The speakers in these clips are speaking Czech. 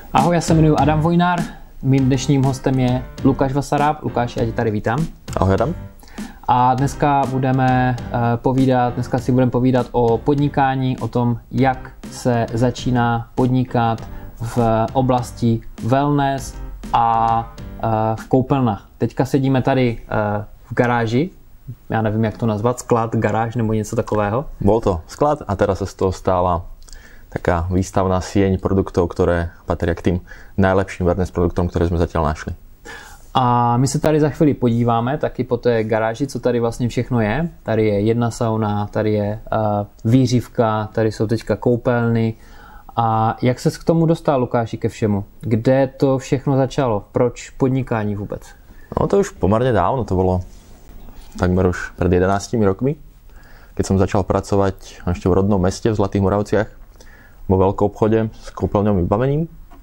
Ahoj, já se jmenuji Adam Vojnár, mým dnešním hostem je Lukáš Vasaráb. Lukáši, já tě tady vítám. Ahoj Adam. A dneska si budeme povídat o podnikání, o tom, jak se začíná podnikat v oblasti wellness a v koupelnách. Teďka sedíme tady v garáži, já nevím, jak to nazvat, sklad, garáž nebo něco takového. Bol to sklad a teraz sa z toho stáva taká výstavná sieň produktov, ktoré patria k tým najlepším wellness produktom, ktoré sme zatiaľ našli. A my se tady za chvíli podíváme taky po té garáži, co tady vlastně všechno je. Tady je jedna sauna, tady je výřivka, tady jsou teďka koupelny. A jak ses k tomu dostal, Lukáši, ke všemu? Kde to všechno začalo? Proč podnikání vůbec? No to už pomerne dávno, to bolo takmer už pred 11 rokmi, keď som začal pracovať ešte v rodnom meste v Zlatých Moravciach vo veľkom obchode s koupelňovým vybavením.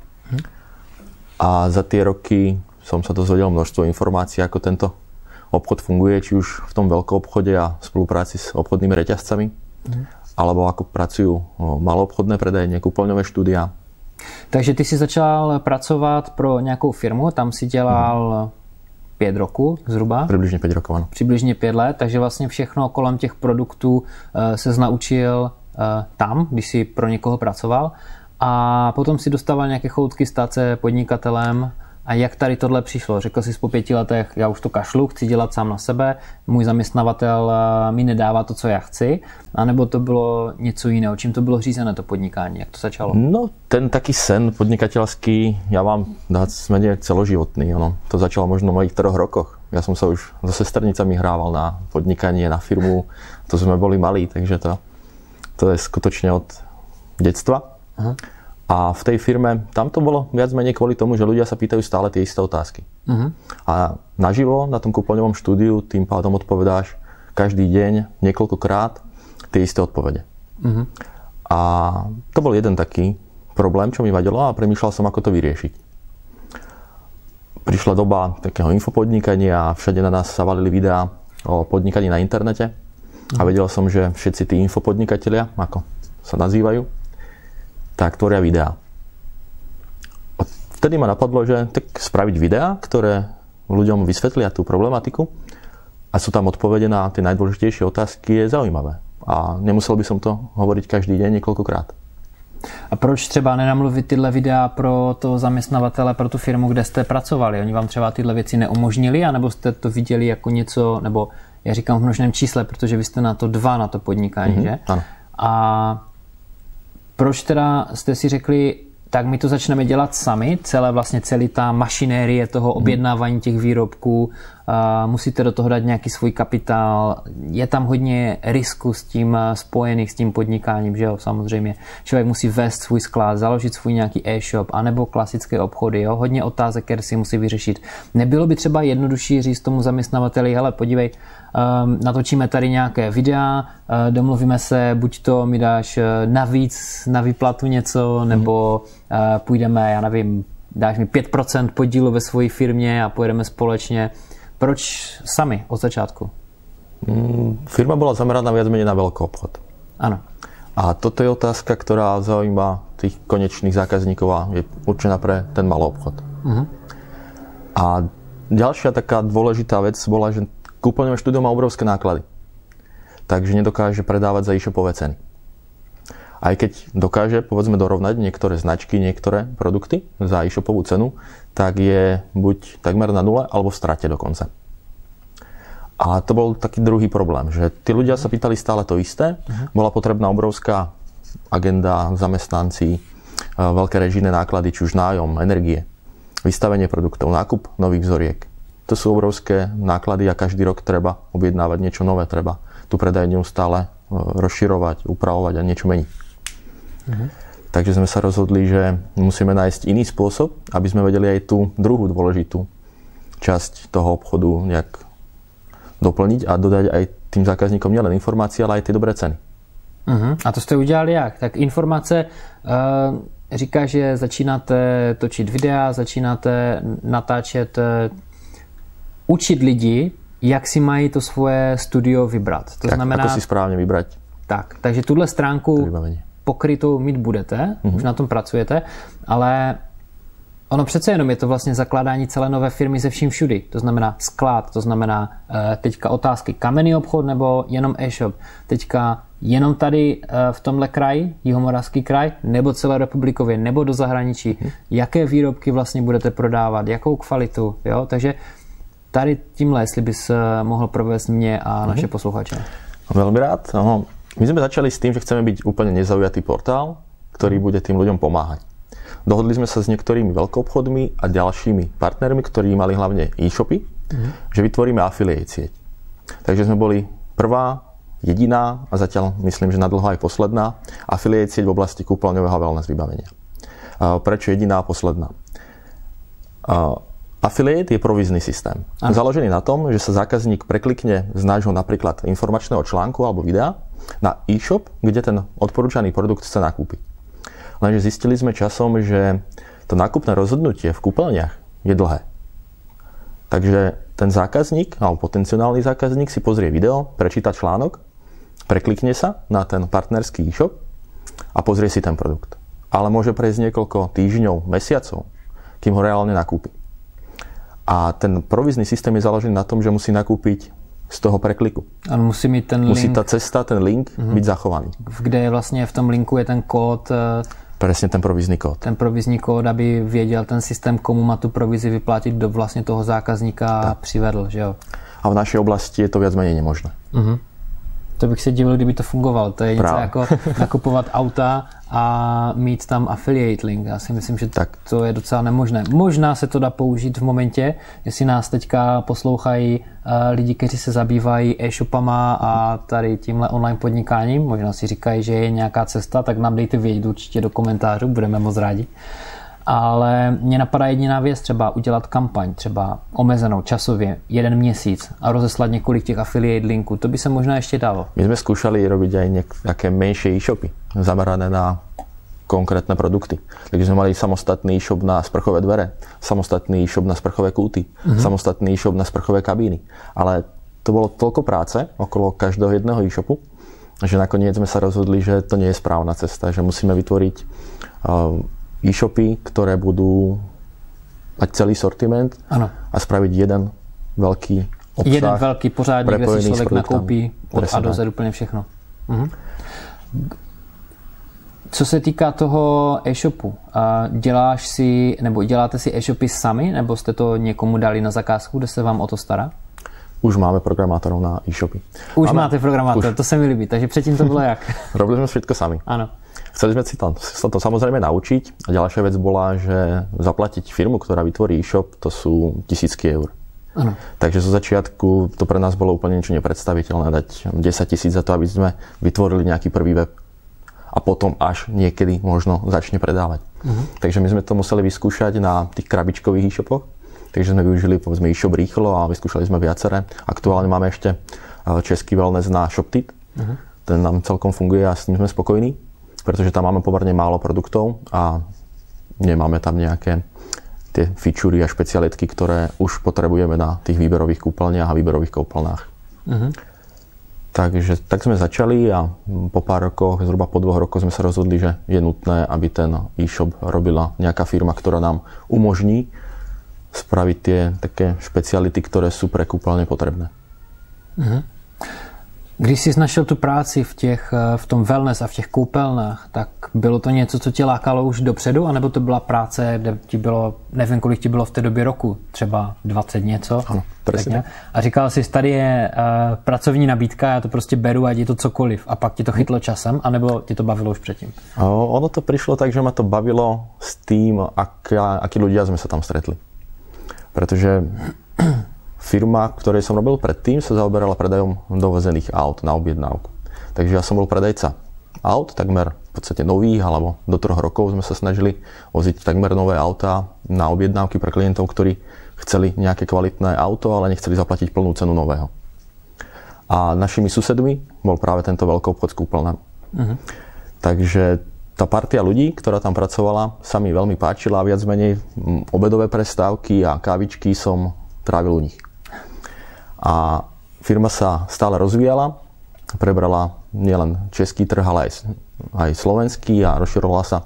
A za tie roky som sa dozvedel množstvo informácií, ako tento obchod funguje, či už v tom veľkom obchode a spolupráci s obchodnými reťazcami, alebo ako pracujú maloobchodné predajne, koupelňové štúdia. Takže ty si začal pracovat pro nějakou firmu, tam si dělal 5 roků zhruba? Přibližně 5 rokov, ano. Přibližně 5 let, takže vlastně všechno kolem těch produktů ses naučil tam, když si pro někoho pracoval. A potom si dostával nějaké choutky stát se podnikatelem. A jak tady tohle přišlo? Řekl jsi po 5 letech, já už to kašlu, chci dělat sám na sebe, můj zaměstnavatel mi nedává to, co já chci, anebo to bylo něco jiného? Čím to bylo řízené, to podnikání? Jak to začalo? No, ten taký sen podnikateľský, ja mám dať smene celoživotný. To začalo možno v mojich 3 rokoch. Ja som sa už so sesternicami hrával na podnikanie, na firmu. To sme boli malí, takže to je skutočne od detstva. Aha. A v tej firme, tam to bolo viac menej kvôli tomu, že ľudia sa pýtajú stále tie isté otázky. A naživo na tom kúpeľňovom štúdiu tým pádom odpovedáš každý deň niekoľkokrát tie isté odpovede. A to bol jeden taký problém, čo mi vadilo a premýšľal som, ako to vyriešiť. Prišla doba takého infopodnikania a všade na nás sa valili videá o podnikaní na internete a vedel som, že všetci tí infopodnikatelia, ako sa nazývajú, tak tvoria videá. Vtedy ma napadlo, že tak spraviť videá, ktoré ľuďom vysvetlia tú problematiku a sú tam odpovede na tie najdôležitejšie otázky, je zaujímavé. A nemusel by som to hovoriť každý deň niekoľkokrát. A proč třeba nenamluvit tyhle videa pro toho zaměstnavatele, pro tu firmu, kde jste pracovali? Oni vám třeba tyhle věci neumožnili, anebo jste to viděli jako něco, nebo já říkám v množném čísle, protože vy jste na to 2 na to podnikání, že? Ano. A proč teda jste si řekli, tak my to začneme dělat sami, celý ta mašinérie toho objednávání těch výrobků, musíte do toho dát nějaký svůj kapitál, je tam hodně risku s tím spojených s tím podnikáním, že jo, samozřejmě. Člověk musí vést svůj sklad, založit svůj nějaký e-shop, anebo klasické obchody, jo, hodně otázek, které si musí vyřešit. Nebylo by třeba jednodušší říct tomu zaměstnavateli, hele, podívej, natočíme tady nějaké videa, domluvíme se, buď to mi dáš navíc na výplatu něco, nebo půjdeme, já nevím, dáš mi 5% podílu ve své firmě a pojedeme společně. Proč sami od začátku? Firma bola zameraná viac menej na veľký obchod. Áno. A toto je otázka, ktorá zaujíma tých konečných zákazníkov a je určená pre ten malý obchod. A ďalšia taká dôležitá vec bola, že kúpeľňové štúdio má obrovské náklady. Takže nedokáže predávať za e-shopové ceny. Aj keď dokáže, povedzme, dorovnať niektoré značky, niektoré produkty za e-shopovú cenu, tak je buď takmer na nule, alebo v strate dokonca. A to bol taký druhý problém, že tí ľudia sa pýtali stále to isté. Bola potrebná obrovská agenda, zamestnanci, veľké režijné náklady, či už nájom, energie, vystavenie produktov, nákup nových vzoriek. To sú obrovské náklady a každý rok treba objednávať niečo nové, treba tú predajňu stále rozširovať, upravovať a niečo meniť. Takže sme sa rozhodli, že musíme nájsť iný spôsob, aby sme vedeli aj tú druhú dôležitú časť toho obchodu nejak doplniť a dodať aj tým zákazníkom nielen informácie, ale aj tie dobré ceny. A to jste udělali jak? Tak informace, říká, že začínáte točit videa, začínáte natáčet, učit lidi, jak si mají to svoje studio vybrat. To tak, znamená, ako si správně vybrat. Tak, takže tuhle stránku pokrytou mít budete, už na tom pracujete, ale Ono přece jenom je to vlastně zakládání celé nové firmy ze vším všudy. To znamená sklad, to znamená teďka otázky kamenný obchod nebo jenom e-shop. Teďka jenom tady v tomhle kraji, Jihomoravský kraj, nebo celé republikově, nebo do zahraničí. Jaké výrobky vlastně budete prodávat, jakou kvalitu. Jo? Takže tady tímhle, jestli bys mohl provést mě a naše posluchače. Veľmi rád. My sme začali s tým, že chceme byť úplne nezaujatý portál, ktorý bude tým ľuďom pomáhať. Dohodli sme sa s niektorými veľkoobchodmi a ďalšími partnermi, ktorí mali hlavne e-shopy, že vytvoríme affiliate sieť. Takže sme boli prvá, jediná a zatiaľ myslím, že nadlho aj posledná affiliate sieť v oblasti kúpeľňového a wellness vybavenia. Prečo jediná a posledná? Affiliate je provízny systém. Založený na tom, že sa zákazník preklikne z nášho napríklad informačného článku alebo videa na e-shop, kde ten odporúčaný produkt chce nakúpiť. Lenže zistili sme časom, že to nákupné rozhodnutie v kúpeľniach je dlhé. Takže ten zákazník alebo potenciálny zákazník si pozrie video, prečíta článok, preklikne sa na ten partnerský e-shop a pozrie si ten produkt. Ale môže prejsť niekoľko týždňov, mesiacov, kým ho reálne nakúpi. A ten provízny systém je založený na tom, že musí nakúpiť z toho prekliku. A musí mít ten link. Musí tá cesta, ten link byť zachovaný. Kde je vlastně v tom linku je ten kód. Presne ten provízny kód. Ten provízní kód, aby věděl ten systém, komu má tu provizi vyplatit do vlastně toho zákazníka a přivedl, že jo? A v našej oblasti je to viac menej nemožné. To bych se divil, kdyby to fungovalo. To je něco jako nakupovat auta a mít tam affiliate link. Já si myslím, že to je docela nemožné. Možná se to dá použít v momentě, jestli nás teďka poslouchají lidi, kteří se zabývají e-shopama a tady tímhle online podnikáním. Možná si říkají, že je nějaká cesta, tak nám dejte vědět určitě do komentářů, budeme moc rádi. Ale mě napadá jediná věc, třeba udělat kampaň, třeba omezenou časově, 1 měsíc a rozeslat několik těch affiliate linků, to by se možná ještě dalo. My sme skúšali robiť aj nejaké menšie e-shopy, zamerané na konkrétne produkty. Takže sme mali samostatný e-shop na sprchové dvere, samostatný e-shop na sprchové kúty, samostatný e-shop na sprchové kabíny. Ale to bolo toľko práce okolo každého jedného e-shopu, že nakoniec sme sa rozhodli, že to nie je správna cesta, že musíme vytvoriť e-shopy, ktoré budú mať celý sortiment a spraviť jeden veľký obsah. Jeden veľký pořádník, kde si člověk nakoupí od A do Z úplně všechno. Co se týká toho e-shopu, děláte si e-shopy sami, nebo jste to někomu dali na zakázku, kde se vám o to stará? Už máme programátorov na e-shopy. Už máte programátor, to se mi líbí, takže předtím to bylo jak? Robili sme všetko sami. Áno. Chceli sme si sa to samozrejme naučiť a ďalšia vec bola, že zaplatiť firmu, ktorá vytvorí e-shop, to sú tisícky eur. Ano. Takže zo začiatku to pre nás bolo úplne niečo nepredstaviteľné dať 10 000 za to, aby sme vytvorili nejaký prvý web a potom až niekedy možno začne predávať. Takže my sme to museli vyskúšať na tých krabičkových e-shopoch, takže sme využili povedzme e-shop rýchlo a vyskúšali sme viaceré. Aktuálne máme ešte český wellness na ShopTit. Ten nám celkom funguje a s ním sme spokojní, pretože tam máme pomerne málo produktov a nemáme tam nejaké tie featurey a špecialitky, ktoré už potrebujeme na tých výberových kúpeľniach a výberových koupelnách. Takže tak sme začali a po pár rokoch, zhruba po 2 rokoch sme sa rozhodli, že je nutné, aby ten e-shop robila nejaká firma, ktorá nám umožní spraviť tie také špeciality, ktoré sú pre kúpeľne potrebné. Když jsi našel tu práci v tom wellness a v těch koupelnách, tak bylo to něco, co tě lákalo už dopředu, anebo to byla práce, kde ti bylo, nevím, kolik ti bylo v té době roku, třeba 20 něco? Ano, presne. A říkal jsi, tady je pracovní nabídka, já to prostě beru, ať je to cokoliv. A pak ti to chytlo časem, anebo ti to bavilo už předtým? Ono to prišlo tak, že ma to bavilo s tým, akí ľudia sme sa tam stretli. Pretože firma, ktorej som robil predtým, sa zaoberala predajom dovezených aut na objednávku. Takže ja som bol predajca aut, takmer v podstate nových, alebo do 3 rokov sme sa snažili voziť takmer nové autá na objednávky pre klientov, ktorí chceli nejaké kvalitné auto, ale nechceli zaplatiť plnú cenu nového. A našimi susedmi bol práve tento veľkoobchod s kúpeľnami. Takže tá partia ľudí, ktorá tam pracovala, sa mi veľmi páčila a viac menej obedové prestávky a kávičky som trávil u nich. A firma sa stále rozvíjala, prebrala nielen český trh, ale aj slovenský a rozširovala sa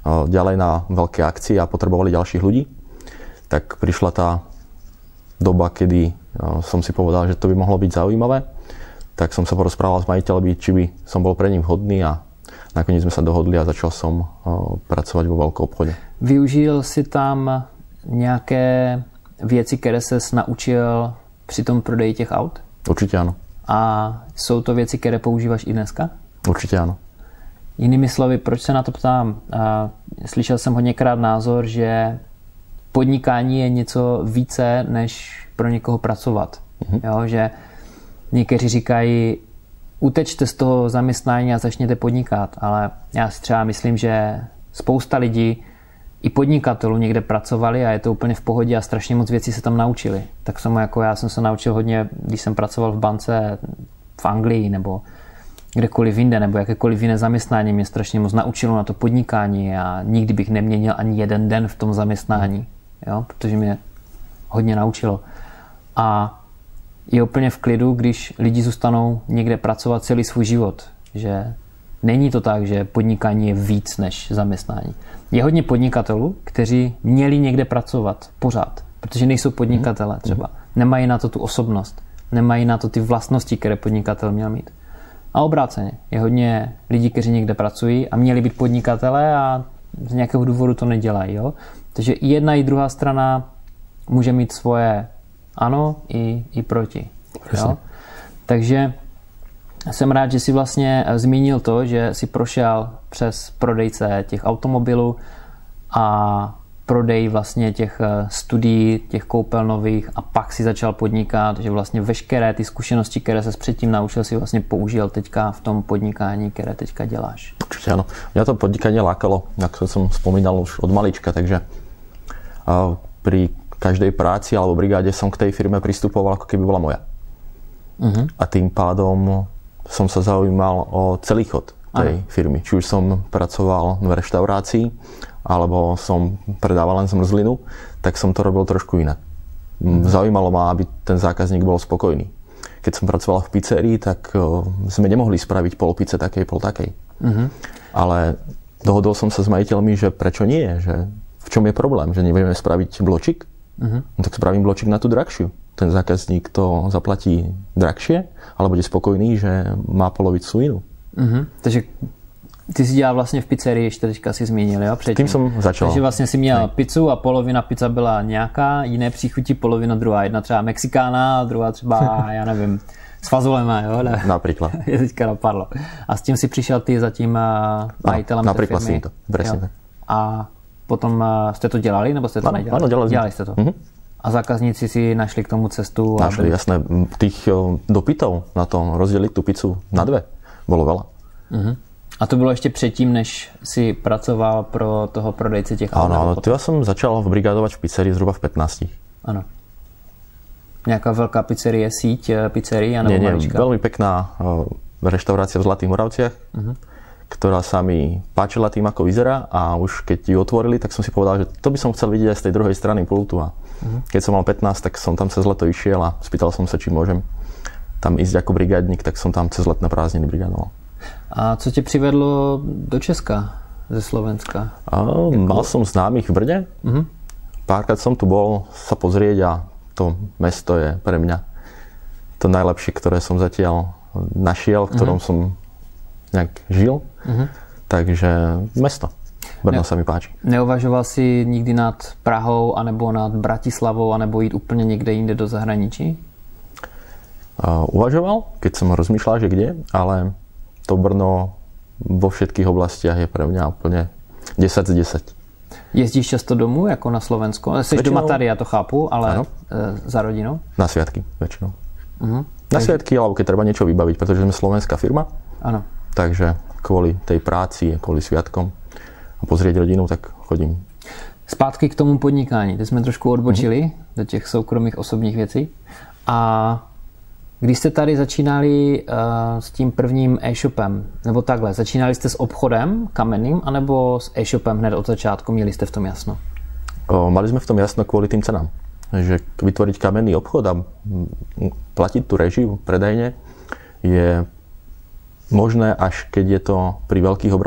ďalej na veľké akcie a potrebovali ďalších ľudí, tak prišla tá doba, kedy som si povedal, že to by mohlo byť zaujímavé. Tak som sa porozprával s majiteľmi, či by som bol pre nich vhodný a nakoniec sme sa dohodli a začal som pracovať vo veľkom obchode. Využil si tam nějaké věci, které ses naučil při tom prodeji těch aut? Určite áno. A jsou to věci, které používáš i dneska? Určite áno. Jinými slovy, proč se na to ptám? Slyšel jsem hodněkrát názor, že podnikání je něco více, než pro někoho pracovat. Jo, že někteří říkají, utečte z toho zaměstnání a začněte podnikat, ale já si třeba myslím, že spousta lidí i podnikatelů někde pracovali a je to úplně v pohodě a strašně moc věcí se tam naučili. Tak samo jako já jsem se naučil hodně, když jsem pracoval v bance v Anglii nebo kdekoliv jinde, nebo jakékoliv jiné zaměstnání, mě strašně moc naučilo na to podnikání a nikdy bych neměnil ani jeden den v tom zaměstnání, jo? Protože mě hodně naučilo. A je úplně v klidu, když lidi zůstanou někde pracovat celý svůj život, že není to tak, že podnikání je víc než zaměstnání. Je hodně podnikatelů, kteří měli někde pracovat pořád, protože nejsou podnikatelé třeba. Nemají na to tu osobnost, nemají na to ty vlastnosti, které podnikatel měl mít. A obráceně. Je hodně lidí, kteří někde pracují a měli být podnikatelé a z nějakého důvodu to nedělají. Jo? Takže i jedna, i druhá strana může mít svoje ano i proti. Jo? Takže jsem rád, že jsi vlastně zmínil to, že jsi prošel přes prodejce těch automobilů a prodej vlastně těch studií, těch koupel nových a pak si začal podnikat, že vlastně veškeré ty zkušenosti, které ses předtím naučil, si vlastně použil teďka v tom podnikání, které teďka děláš. Určite áno. Mňa to podnikanie lákalo, ako som spomínal už od malička, takže pri každej práci alebo brigáde som k tej firme pristupoval, ako keby bola moja. A tým pádom som sa zaujímal o celý chod tej firmy. Či už som pracoval v reštaurácii, alebo som predával len zmrzlinu, tak som to robil trošku inak. Zaujímalo ma, aby ten zákazník bol spokojný. Keď som pracoval v pizzerii, tak sme nemohli spraviť pol pice takej, pol takej. Ale dohodol som sa s majiteľmi, že prečo nie, že v čom je problém, že nevieme spraviť bločik, no tak spravím bločik na tú drahšiu. Ten zákazník to zaplatí drahšie, ale bude spokojný, že má polovicu inú. Takže ty si dělal vlastně v pizzerii, ještě teďka si zmínil, jo? Předtím. Tím jsem začal. Takže vlastně si měl pizzu a polovina pizza byla nějaká, jiné příchutí, polovina druhá. Jedna třeba mexikána a druhá třeba, já nevím, s fazolema, jo? Například. Je teďka napadlo. A s tím si přišel ty za tím majitelem té firmy. si to, presne tak. A potom jste to dělali, nebo jste to nedělali? Ano, dělali jste to. A zákazníci si našli k tomu cestu? Našli, jasné. Tých dopytov na to rozdeliť tú pizzu na dve bolo veľa. A to bylo ještě předtím, než si pracoval pro toho prodejce těch aut? Áno, ja som začal brigádovať v pizzerii zhruba v 15. Ano. Nějaká velká pizzerie, síť pizzerií anebo malička? Nie, veľmi pekná reštaurácia v Zlatých Moravciach, ktorá sa mi páčila tým, ako vyzerá a už keď ju otvorili, tak som si povedal, že to by som chcel vidieť aj z tej druhej strany pultu. A keď som mal 15, tak som tam cez leto išiel a spýtal som sa, či môžem tam ísť ako brigádnik, tak som tam cez letné prázdniny brigádoval. A co tě přivedlo do Česka ze Slovenska? Mal som známych v Brne. Párkrát som tu bol sa pozrieť a to mesto je pre mňa to najlepšie, ktoré som zatiaľ našiel, v ktorom som nejak žil. Takže mesto. Brno sa mi páči. Neuvažoval si nikdy nad Prahou, anebo nad Bratislavou, anebo jít úplně někde jinde do zahraničí? Uvažoval, keď som rozmýšľal, že kde, ale to Brno vo všetkých oblastiach je pre mňa úplne 10 z 10. Jezdíš často domů, jako na Slovensko? Jsi doma tady, já to chápu, ale ano. Za rodinou? Na sviatky väčšinou. Na sviatky, alebo keď treba niečo vybaviť, pretože sme slovenská firma. Ano. Takže kvôli tej práci, kvôli sviatkom a pozrieť rodinu, tak chodím. Zpátky k tomu podnikání. Teď jsme trošku odbočili do těch soukromých osobních věcí. A když jste tady začínali s tím prvním e-shopem, nebo takhle, začínali jste s obchodem kamenným, anebo s e-shopem hned od začátku, měli jste v tom jasno? Mali sme v tom jasno kvôli tým cenám. Že vytvoriť kamenný obchod a platiť tú režiu predajne je možné, až keď je to pri veľkých obratoch.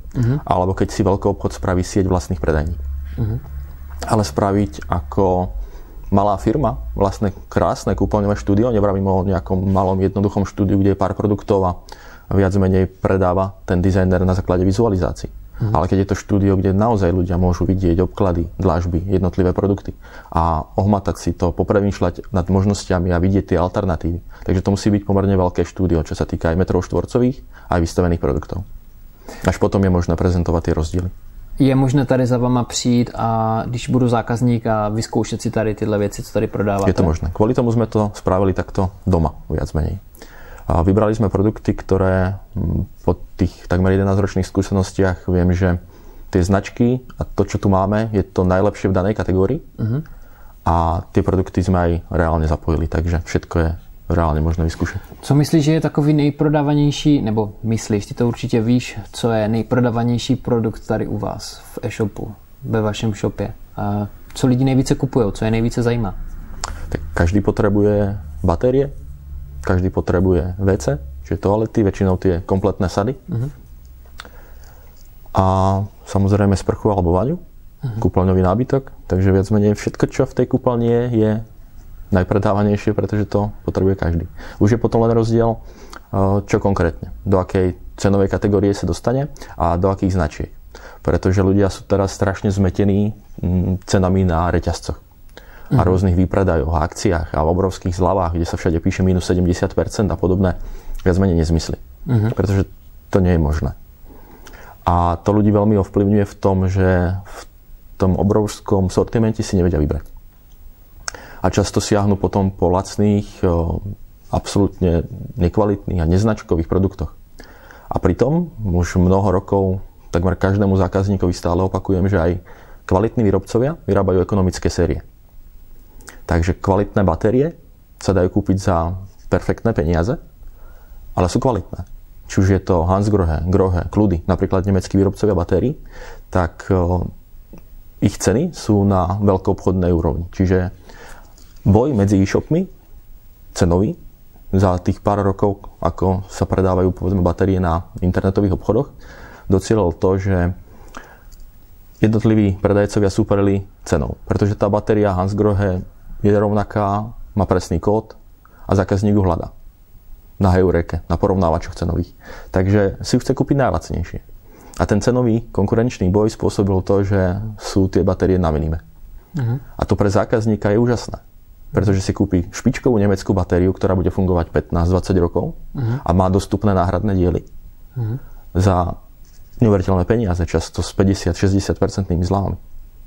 alebo keď si veľký obchod spraví sieť vlastných predajní. Ale spraviť ako malá firma, vlastne krásne kúpeľňové štúdio, nevravím o nejakom malom jednoduchom štúdiu, kde je pár produktov a viac menej predáva ten dizajner na základe vizualizácií. Ale keď je to štúdio, kde naozaj ľudia môžu vidieť obklady, dlažby, jednotlivé produkty a ohmatať si to, popremýšľať nad možnosťami a vidieť tie alternatívy. Takže to musí byť pomerne veľké štúdio, čo sa týka aj metrov štvorcových, aj vystavených produktov. Až potom je možné prezentovať tie rozdiely. Je možné tady za vama přijít a když budu zákazník a vyzkoušet si tady tyhle věci, co tady prodáváte? Je to možné. Kvôli tomu sme to spravili takto doma, viac menej. A vybrali sme produkty, ktoré po tých takmer 11-ročných skúsenostiach viem, že tie značky a to, čo tu máme, je to najlepšie v danej kategórii. A tie produkty sme aj reálne zapojili, takže všetko je reálne možné vyskúšať. Co myslíš, že je takový nejprodavanější, nebo myslíš, ty to určitě víš, co je nejprodavanější produkt tady u vás v e-shopu, ve vašem shopě? A co lidi nejvíce kupují, co je nejvíce zajímá? Tak každý potrebuje batérie, každý potrebuje WC, čiže toalety, väčšinou tie kompletné sady. A samozrejme sprchu alebo vaňu, kúpeľňový nábytok, takže viac menej všetko, čo v tej kúpeľni je najpredávanejšie, pretože to potrebuje každý. Už je potom len rozdiel, čo konkrétne, do akej cenovej kategórie sa dostane a do akých značiek. Pretože ľudia sú teraz strašne zmetení cenami na reťazcoch a rôznych výpredajoch, akciách a v obrovských zľavách, kde sa všade píše minus 70% a podobné, viac menej nezmysly. Pretože to nie je možné. A to ľudí veľmi ovplyvňuje v tom, že v tom obrovskom sortimente si nevedia vybrať. A často siahnu potom po lacných, absolútne nekvalitných a neznačkových produktoch. A pritom už mnoho rokov takmer každému zákazníkovi stále opakujem, že aj kvalitní výrobcovia vyrábajú ekonomické série. Takže kvalitné batérie sa dajú kúpiť za perfektné peniaze, ale sú kvalitné. Či už je to Hansgrohe, Grohe, Kludy, napríklad nemeckí výrobcovia batérií, tak ich ceny sú na veľkoobchodnej úrovni. Čiže boj medzi e-shopmi, cenový, za tých pár rokov, ako sa predávajú povedzme batérie na internetových obchodoch, docielil to, že jednotliví predajcovia súperili cenou. Pretože tá batéria Hansgrohe je rovnaká, má presný kód a zákazník ju hľadá na Heureke, na porovnávačoch cenových. Takže si ju chce kúpiť najlacnejšie. A ten cenový konkurenčný boj spôsobil to, že sú tie batérie na minime. A to pre zákazníka je úžasné. Pretože si kúpi špičkovú nemeckú batériu, ktorá bude fungovať 15-20 rokov a má dostupné náhradné diely. Za neuveriteľné peniaze, často s 50-60% zľavami.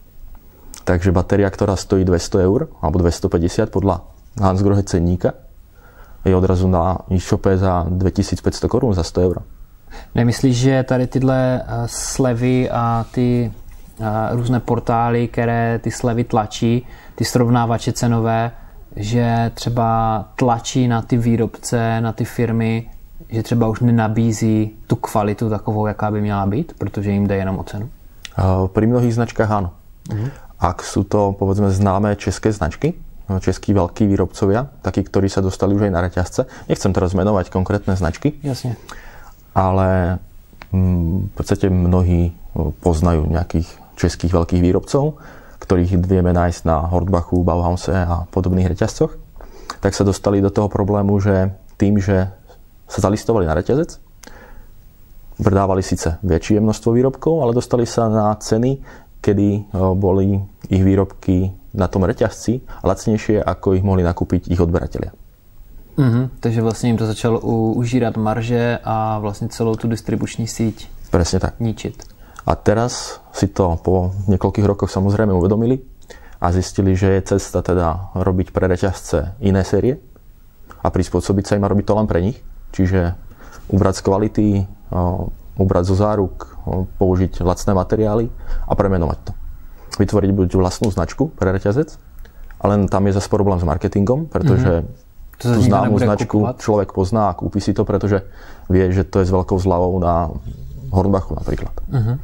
Takže batéria, ktorá stojí 200 eur alebo 250 podľa Hansgrohe cenníka, je odrazu na e-shope za 2500 korun, za 100 eur. Nemyslíš, že tady tyhle slevy a ty různé portály, které ty slevy tlačí, ty srovnávače cenové, že třeba tlačí na ty výrobce, na ty firmy, že třeba už nenabízí tu kvalitu takovou, jaká by měla být, protože jim jde jenom o cenu? Pri mnohých značkách áno. Ak sú to, povedzme, známe české značky, českí veľkí výrobcovia, takí, ktorí sa dostali už aj na reťazce. Nechcem teraz menovať konkrétne značky, jasne, ale v podstate mnohí poznajú nejakých českých veľkých výrobcov, ktorých vieme nájsť na Hortbachu, Bauhause a podobných reťazcoch, tak sa dostali do toho problému, že tým, že sa zalistovali na reťazec, predávali síce väčšie množstvo výrobkov, ale dostali sa na ceny, kedy boli ich výrobky na tom reťazci lacnejšie, ako ich mohli nakúpiť ich odberatelia. Takže vlastne im to začalo užírať marže a vlastne celou tú distribuční síť presne tak ničiť. A teraz si to po niekoľkých rokoch samozrejme uvedomili a zistili, že je cesta teda robiť pre reťazce iné série a prispôsobiť sa im a robiť to len pre nich. Čiže ubrať z kvality, ubrať zo záruk, použiť lacné materiály a premenovať to. Vytvoriť buď vlastnú značku pre reťazec, ale tam je zase problém s marketingom, pretože tú známú značku človek pozná a kúpi si to, pretože vie, že to je s veľkou zľavou na Hornbachu napríklad.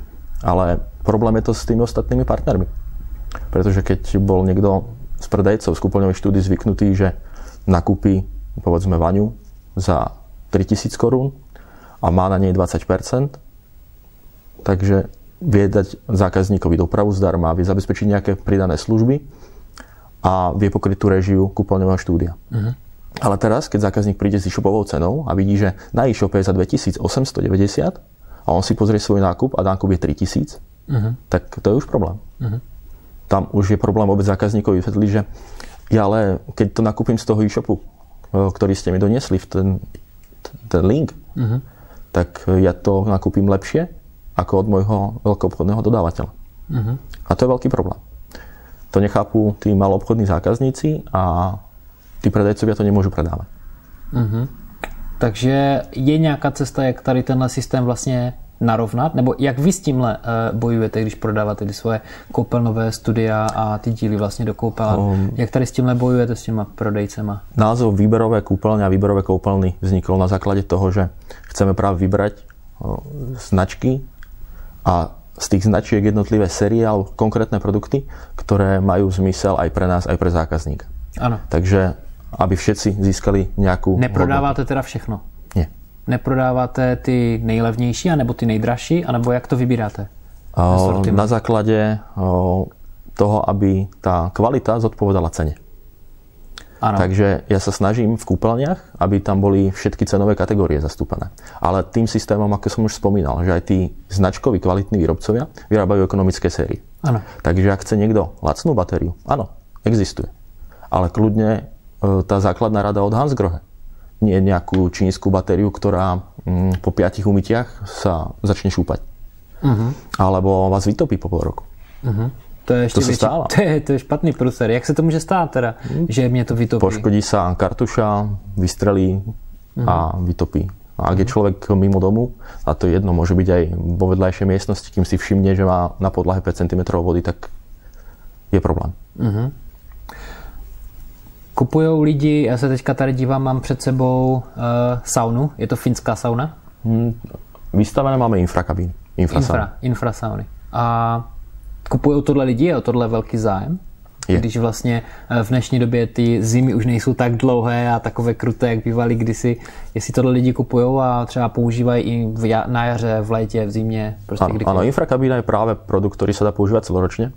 Ale problém je to s tými ostatnými partnermi. Pretože keď bol niekto z predajcov z kúpeľňových štúdií zvyknutý, že nakúpi povedzme vaňu za 3000 korún a má na nej 20%, takže vie dať zákazníkovi dopravu zdarma, vie zabezpečiť nejaké pridané služby a vie pokryť tú režiu kúpeľňového štúdia. Ale teraz, keď zákazník príde s e-shopovou cenou a vidí, že na e-shope je za 2890 a on si pozrie svoj nákup a nákup je 3000, tak to je už problém. Tam už je problém vôbec zákazníkovi vysvetliť, že ja ale keď to nakúpim z toho e-shopu, ktorý ste mi doniesli v ten link, tak ja to nakúpim lepšie ako od môjho veľkoobchodného dodávateľa. A to je veľký problém. To nechápu tí maloobchodní zákazníci a tí predajcovia to nemôžu predávať. Takže je nějaká cesta, jak tady tenhle systém vlastně narovnat? Nebo jak vy s tímhle bojujete, když prodáváte ty svoje koupelnové studia a ty díly vlastně do koupelen? Jak tady s tímhle bojujete s těma prodejcema? Názov výberové kúpeľne a výberové koupelny vznikol na základe toho, že chceme práve vybrať značky a z tých značiek jednotlivé série alebo konkrétne produkty, ktoré majú zmysel aj pre nás, aj pre zákazníka. Ano. Takže aby všetci získali nejakú Neprodáváte teda všechno? Nie. Neprodáváte ty nejlevnější, anebo ty nejdražší, anebo jak to vybíráte? Na základe toho, aby tá kvalita zodpovedala cene. Ano. Takže ja sa snažím v kúpeľniach, aby tam boli všetky cenové kategórie zastúpené. Ale tým systémom, ako som už spomínal, že aj tí značkoví kvalitní výrobcovia vyrábajú ekonomické série. Ano. Takže ak chce niekto lacnú batériu, áno, existuje. Ale kľudne tá základná rada od Hansgrohe. Nie nejakú čínsku batériu, ktorá po 5 umytiach sa začne šúpať. Alebo vás vytopí po pol roku. To je ještě to je špatný průser. Jak se to může stát teda, že mě to vytopí? Poškodí sa kartuša, vystrelí a vytopí. A ak je človek mimo domu, a to jedno, môže byť aj vo vedľajšej miestnosti, kým si všimne, že má na podlahe 5 cm vody, tak je problém. Kupujou lidi, já se teďka tady dívám, mám před sebou saunu, je to finská sauna? Vystavené máme infrakabíny. Infrasauny. A kupují tohle lidi, je o tohle velký zájem? Když vlastně v dnešní době ty zimy už nejsou tak dlouhé a takové kruté, jak bývaly kdysi, jestli tohle lidi kupujou a třeba používají i na jaře, v létě, v zimě? Prostě áno, infrakabína je práve produkt, ktorý sa dá používať celoročne.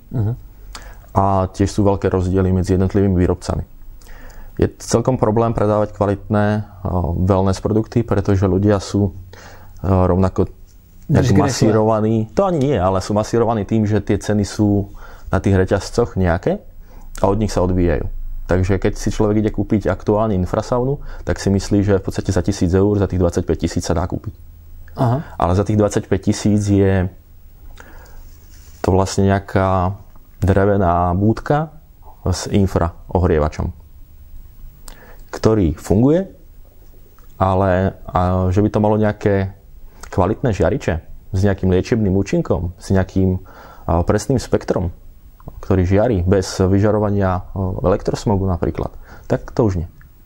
A tiež sú veľké rozdiely medzi jednotlivými výrobcami. Je celkom problém predávať kvalitné wellness produkty, pretože ľudia sú rovnako masírovaní. To ani nie, ale sú masírovaní tým, že tie ceny sú na tých reťazcoch nejaké a od nich sa odvíjajú. Takže keď si človek ide kúpiť aktuálne infrasaunu, tak si myslí, že v podstate za 1000 eur, za tých 25 000 sa dá kúpiť. Ale za tých 25 000 je to vlastne nejaká drevená búdka s infraohrievačom, ktorý funguje, ale že by to malo nejaké kvalitné žiariče s nejakým liečebným účinkom, s nejakým presným spektrom, ktorý žiari bez vyžarovania elektrosmogu napríklad, tak to už nie.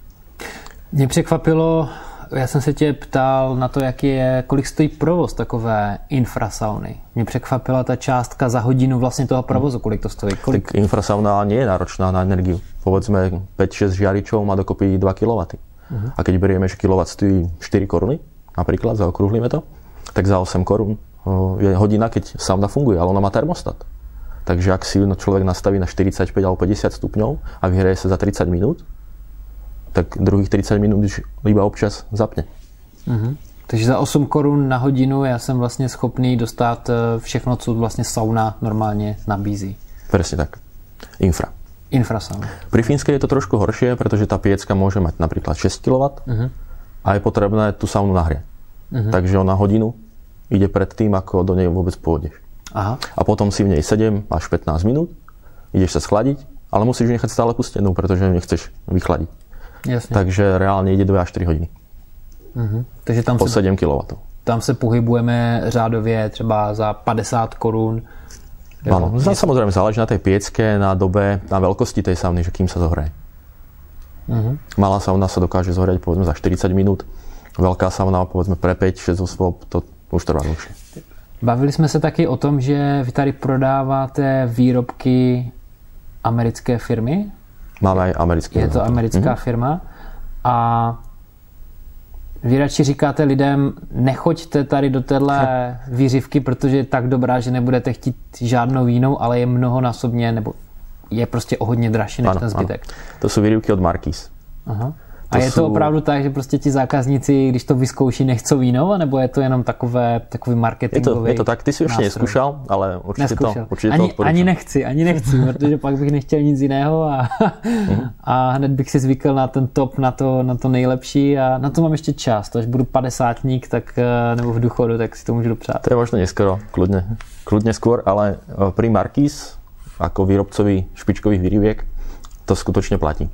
Mě překvapilo, já jsem se tě ptal na to, kolik stojí provoz takové infrasauny. Mě překvapila ta částka za hodinu vlastně toho provozu, kolik to stojí. Tak infrasauna nie je náročná na energiu. Povedzme 5-6 žiaričov má dokopy 2 kW. A keď berieme, že kilowatt stojí 4 koruny, napríklad, zaokrúhlime to, tak za 8 korún je hodina, keď sauna funguje, ale ona má termostat. Takže ak si človek nastaví na 45 alebo 50 stupňov a vyhreje sa za 30 minút, tak druhých 30 minút iba občas zapne. Takže za 8 korun na hodinu já jsem vlastně schopný dostat všechno, co vlastně sauna normálně nabízí. Presne tak. Infrasauna. Pri fínskej je to trošku horšie, pretože tá piecka môže mať napríklad 6 kW a je potrebné tú saunu nahriať. Takže ona hodinu ide pred tým, ako do nej vôbec pôjdeš. A potom si v nej 7 až 15 minút, ideš sa schladiť, ale musíš ju nechať stále pustenú, pretože ju nechceš vychladiť. Jasne. Takže reálne ide 2 až 4 hodiny. Takže tam po 7 kW. Tam se pohybujeme řádově třeba za 50 korun. Áno, samozrejme záleží na tej piecke, na dobe, na veľkosti tej sauny, že kým sa zohreje. Malá sauna sa dokáže zohrieť povedzme za 40 minút, veľká sauna povedzme pre 5-6 osôb, to už trvá dlhšie. Bavili jsme se taky o tom, že vy tady prodáváte výrobky americké firmy. Máme aj americké. Je to americká firma a Vy radši říkáte lidem, nechoďte tady do téhle výřivky, protože je tak dobrá, že nebudete chtít žádnou jinou, ale je mnohonásobně, nebo je prostě o hodně dražší než ten zbytek. Ano. To jsou výrivky od Marquis. Aha. A je to opravdu tak, že prostě ti zákazníci, když to vyzkouší, nechcou jinou, nebo je to jenom takový marketingový? Je to tak, ty si už neskúšal, ale určitě to odporučím. Ani nechci, protože pak bych nechtěl nic jiného a hned bych si zvykl na ten top, na to nejlepší a na to mám ještě čas. To až budu 50-tník, tak, nebo v důchodu, tak si to můžu dopřát. To je možno neskoro, kľudne skôr, ale pri Marquis ako výrobcovi špičkových výriviek to skutočne platí.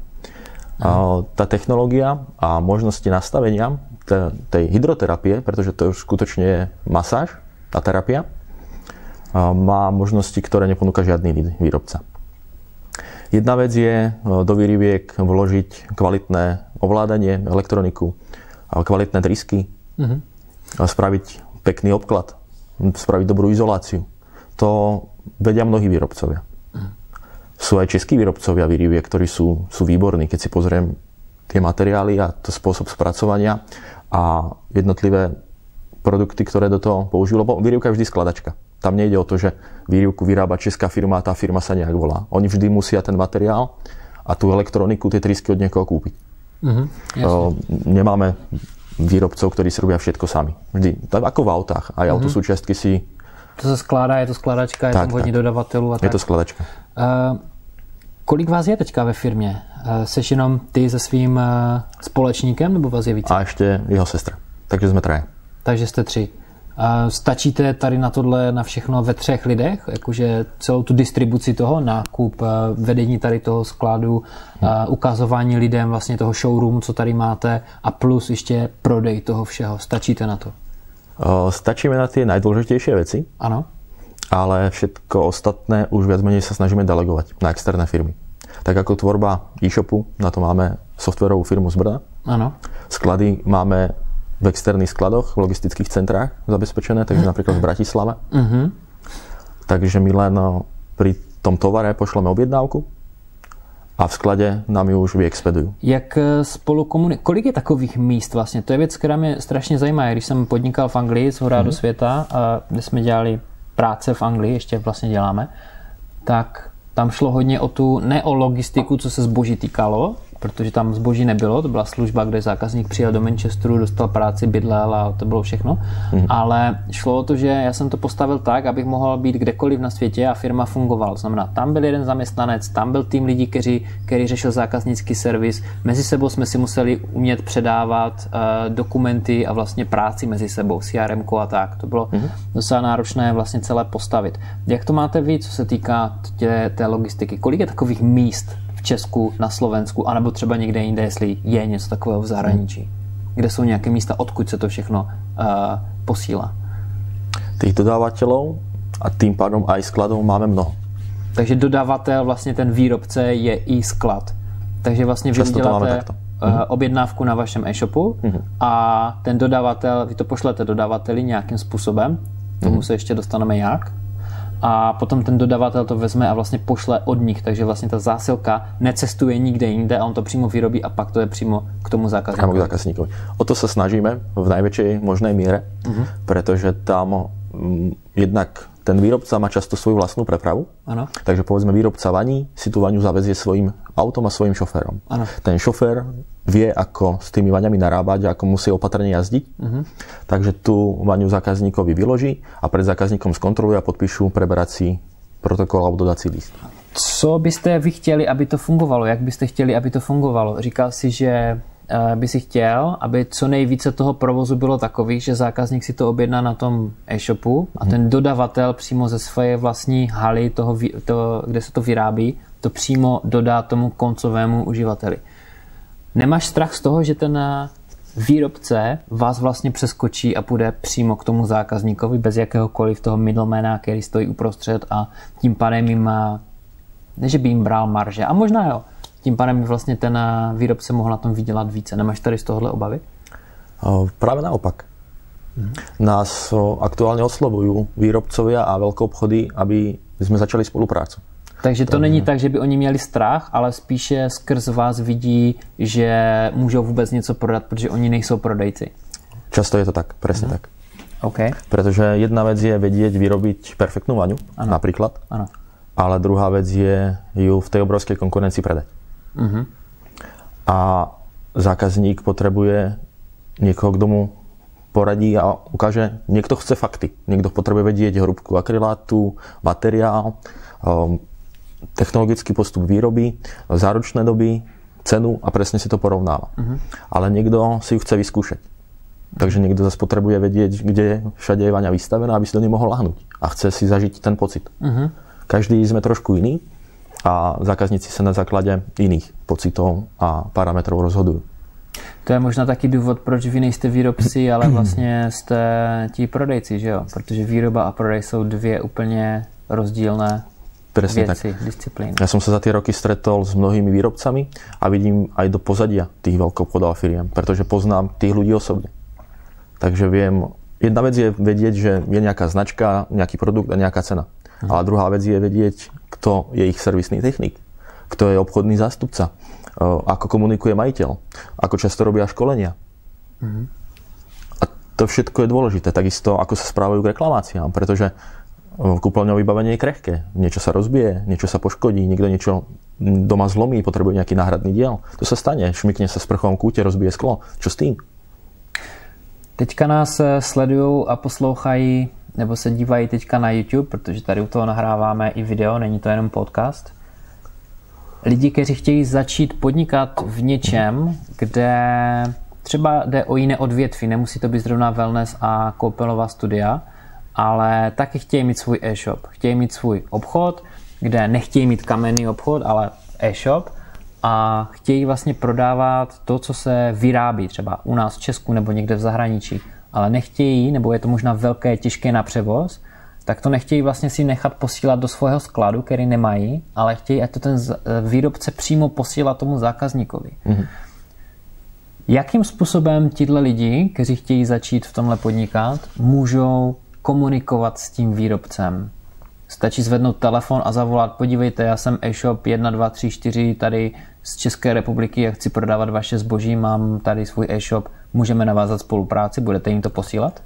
Tá technológia a možnosti nastavenia tej hydroterapie, pretože to už skutočne je masáž, tá terapia, má možnosti, ktoré neponúka žiadny výrobca. Jedna vec je do výriviek vložiť kvalitné ovládanie, elektroniku, kvalitné trysky, spraviť pekný obklad, spraviť dobrú izoláciu. To vedia mnohí výrobcovia. Sú aj českí výrobcovia výriviek, ktorí sú výborní, keď si pozriem tie materiály a to spôsob spracovania a jednotlivé produkty, ktoré do toho použijú, lebo výrivka je vždy skladačka. Tam nejde o to, že výrivku vyrába česká firma a tá firma sa nejak volá. Oni vždy musia ten materiál a tú elektroniku, tie trysky od niekoho kúpiť. Nemáme výrobcov, ktorí si robia všetko sami. Vždy, ako v autách. Aj autosúčiastky si... To se skládá, je to skladačka, je tam hodně dodavatelů a tak. Je to skladačka. Kolik vás je teďka ve firmě? Seš jenom ty se svým společníkem, nebo vás je více? A ještě jeho sestra. Takže jsme 3. Takže jste 3. Stačíte tady na tohle, na všechno ve 3 lidech? Jakože celou tu distribuci toho, nákup, vedení tady toho skladu, ukazování lidem vlastně toho showroomu, co tady máte a plus ještě prodej toho všeho. Stačíte na to? Stačíme na tie najdôležitejšie veci. Áno. Ale všetko ostatné už viac menej sa snažíme delegovať na externé firmy. Tak ako tvorba e-shopu, na to máme softwarovú firmu z Brna. Áno. Sklady máme v externých skladoch, v logistických centrách zabezpečené, takže napríklad v Bratislave. Takže my len pri tom tovare pošleme objednávku a v skladě nám ji už vyexpedují. Jak spolu komunikujete? Kolik je takových míst vlastně? To je věc, která mě strašně zajímá. Když jsem podnikal v Anglii z hora do světa, kde jsme dělali práce v Anglii, ještě vlastně děláme, tak tam šlo hodně o tu, ne o logistiku, co se zboží týkalo, protože tam zboží nebylo, to byla služba, kde zákazník přijel do Manchesteru, dostal práci, bydlel a to bylo všechno. Ale šlo o to, že já jsem to postavil tak, abych mohl být kdekoliv na světě a firma fungovala. Znamená, tam byl jeden zaměstnanec, tam byl tým lidí, který řešil zákaznický servis. Mezi sebou jsme si museli umět předávat dokumenty a vlastně práci mezi sebou, CRM a tak. To bylo docela náročné vlastně celé postavit. Jak to máte vy, co se týká té logistiky? Kolik je takových míst v Česku, na Slovensku, anebo třeba někde jinde, jestli je něco takového v zahraničí? Kde jsou nějaké místa, odkud se to všechno posílá? Tých dodávateľov a tým pádom aj skladov máme mnoho. Takže dodavatel, vlastně ten výrobce je i sklad. Takže vlastně vy děláte objednávku na vašem e-shopu a ten dodavatel, vy to pošlete dodavateli nějakým způsobem, tomu se ještě dostaneme jak, a potom ten dodavatel to vezme a vlastně pošle od nich, takže vlastně ta zásilka necestuje nikde jinde a on to přímo vyrobí a pak to je přímo k tomu zákazníkovi. O to sa snažíme v najväčšej možnej miere, pretože tam jednak ten výrobca má často svoju vlastnú prepravu. Ano. Takže povedzme výrobca vaní si tú vaňu zavezie svojím autom a svojím šoférom. Ano. Ten šofér vie, ako s tými vaňami narábať, ako musí opatrne jazdiť. Takže tú vaňu zákazníkovi vyloží a pred zákazníkom zkontroluje a podpíšu preberací protokol alebo dodací list. Co byste vy chtěli, aby to fungovalo? Jak byste chtěli, aby to fungovalo? Říkal si, že by si chtěl, aby co nejvíce toho provozu bylo takových, že zákazník si to objedná na tom e-shopu a ten dodavatel přímo ze své vlastní haly, kde se to vyrábí, to přímo dodá tomu koncovému uživateli. Nemáš strach z toho, že ten výrobce vás vlastně přeskočí a půjde přímo k tomu zákazníkovi bez jakéhokoliv toho middlemana, který stojí uprostřed a tím pádem jim, ne že by jim bral marže, a možná jo, tím pádem by vlastně ten výrobce mohl na tom vydělat více. Nemáš tady z tohohle obavy? Práve naopak. Nás aktuálne oslovujú výrobcovia a veľkoobchody, aby sme začali spoluprácu. Takže to není tak, že by oni měli strach, ale spíše skrz vás vidí, že můžou vůbec něco prodat, protože oni nejsou prodejci. Často je to tak, presne tak. Okay. Pretože jedna vec je vedieť vyrobiť perfektnú vaňu, napríklad, ale druhá vec je ju v tej obrovskej konkurencii predať. A zákazník potrebuje niekoho, kto mu poradí a ukáže, niekto chce fakty. Niekto potrebuje vedieť hrúbku akrylátu, materiál, technologický postup výroby, záručné doby, cenu a presne si to porovnáva. Ale niekto si ju chce vyskúšať. Takže niekto zase potrebuje vedieť, kde všade je vaňa vystavená, aby si do nej mohol ľahnúť. A chce si zažiť ten pocit. Každý sme trošku iný a zákazníci sa na základe iných pocitov a parametrov rozhodujú. To je možná taky důvod, proč vy nejste výrobci, ale vlastně jste ti prodejci, že jo? Protože výroba a prodej jsou dvě úplně rozdílné věci, disciplíny. Ja som sa za tie roky stretol s mnohými výrobcami a vidím aj do pozadia tých veľkoobchodov a firiem, pretože poznám tých ľudí osobne. Takže viem, jedna vec je vedieť, že je nejaká značka, nejaký produkt a nejaká cena. Ale druhá vec je vedieť, kto je ich servisný technik, kto je obchodný zástupca, ako komunikuje majiteľ, ako často robia školenia. A to všetko je dôležité, takisto ako sa správajú k reklamáciám, pretože kúpeľňové vybavenie je krehké. Niečo sa rozbije, niečo sa poškodí, niekto niečo doma zlomí, potrebuje nejaký náhradný diel. To sa stane, šmykne sa v sprchovom kúte, rozbije sklo. Čo s tým? Teďka nás sledují a poslouchají, nebo se dívají teďka na YouTube, protože tady u toho nahráváme i video, není to jenom podcast. Lidi, kteří chtějí začít podnikat v něčem, kde třeba jde o jiné odvětví, nemusí to být zrovna wellness a koupelová studia, ale taky chtějí mít svůj e-shop. Chtějí mít svůj obchod, kde nechtějí mít kamenný obchod, ale e-shop a chtějí vlastně prodávat to, co se vyrábí třeba u nás v Česku nebo někde v zahraničí, ale nechtějí, nebo je to možná velké, těžké na převoz, tak to nechtějí vlastně si nechat posílat do svého skladu, který nemají, ale chtějí, ať to ten výrobce přímo posílá tomu zákazníkovi. Jakým způsobem tihle lidi, kteří chtějí začít v tomhle podnikat, můžou komunikovat s tím výrobcem? Stačí zvednout telefon a zavolat, podívejte, já jsem e-shop 1, 2, 3, 4 tady z České republiky a chci prodávat vaše zboží, mám tady svůj e-shop, můžeme navázat spolupráci, budete jim to posílat?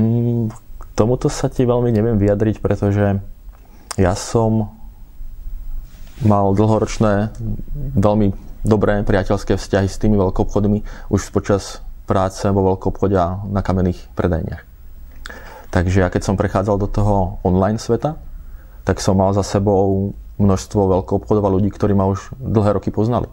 Tomuto sa ti veľmi neviem vyjadriť, pretože ja som mal dlhoročné, veľmi dobré priateľské vzťahy s tými veľkoobchodmi už počas práce vo veľkoobchode a na kamenných predajniach. Takže ja keď som prechádzal do toho online sveta, tak som mal za sebou množstvo veľkoobchodov a ľudí, ktorí ma už dlhé roky poznali.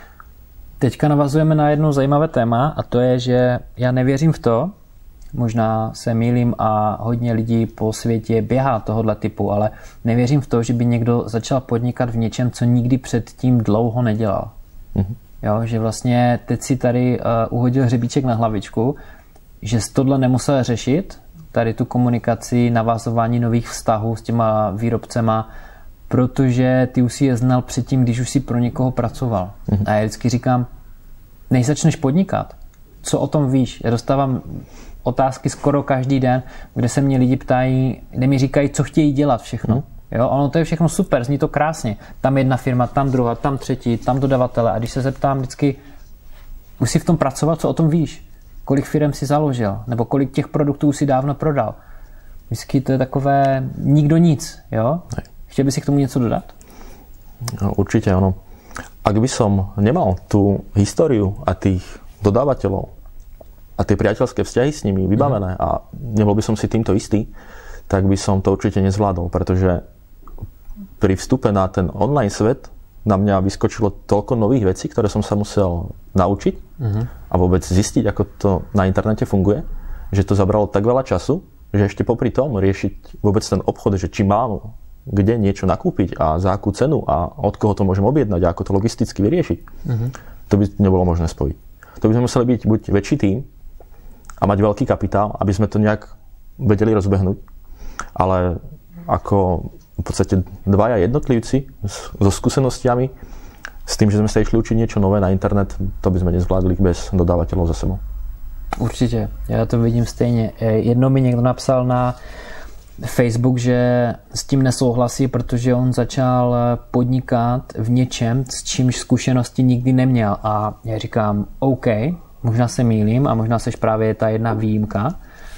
Teďka navazujeme na jedno zajímavé téma a to je, že já nevěřím v to, možná se mýlím a hodně lidí po světě běhá tohohle typu, ale nevěřím v to, že by někdo začal podnikat v něčem, co nikdy předtím dlouho nedělal. Jo, že vlastně teď si tady uhodil hřebíček na hlavičku, že jsi tohle nemusel řešit, tady tu komunikaci, navazování nových vztahů s těma výrobcema, protože ty už si je znal předtím, když už si pro někoho pracoval. A já vždycky říkám, než začneš podnikat, co o tom víš? Já dostávám otázky skoro každý den, kde se mě lidi ptají, kde mi říkají, co chtějí dělat všechno. Jo, ono to je všechno super, zní to krásně. Tam jedna firma, tam druhá, tam třetí, tam dodavatele. A když se zeptám vždycky, už si v tom pracovat, co o tom víš? Kolik firem si založil? Nebo kolik těch produktů si dávno prodal? Vždycky to je takové nikdo nic. Jo? Chtěl by si k tomu něco dodat? No, určite áno. Ak by som nemal tú históriu a tých dodávateľov a tie priateľské vzťahy s nimi vybavené a nebol by som si týmto istý, tak by som to určite nezvládol, pretože pri vstupe na ten online svet na mňa vyskočilo toľko nových vecí, ktoré som sa musel naučiť a vôbec zistiť, ako to na internete funguje, že to zabralo tak veľa času, že ešte popri tom riešiť vôbec ten obchod, že či mám kde niečo nakúpiť a za akú cenu a od koho to môžem objednať a ako to logisticky vyriešiť. To by nebolo možné spojiť. To by sme museli byť buď väčší tím a mať veľký kapitál, aby sme to nejak vedeli rozbehnúť, ale ako v podstate dvaja jednotlivci so skúsenostiami s tým, že sme sa išli učiť niečo nové na internet, to by sme nezvládli bez dodávateľov za sebou. Určitě, já to vidím stejně. Jedno mi někdo napsal na Facebook, že s tím nesouhlasí, protože on začal podnikat v něčem, s čímž zkušenosti nikdy neměl. A já říkám, OK, možná se mýlím a možná seš právě ta jedna výjimka.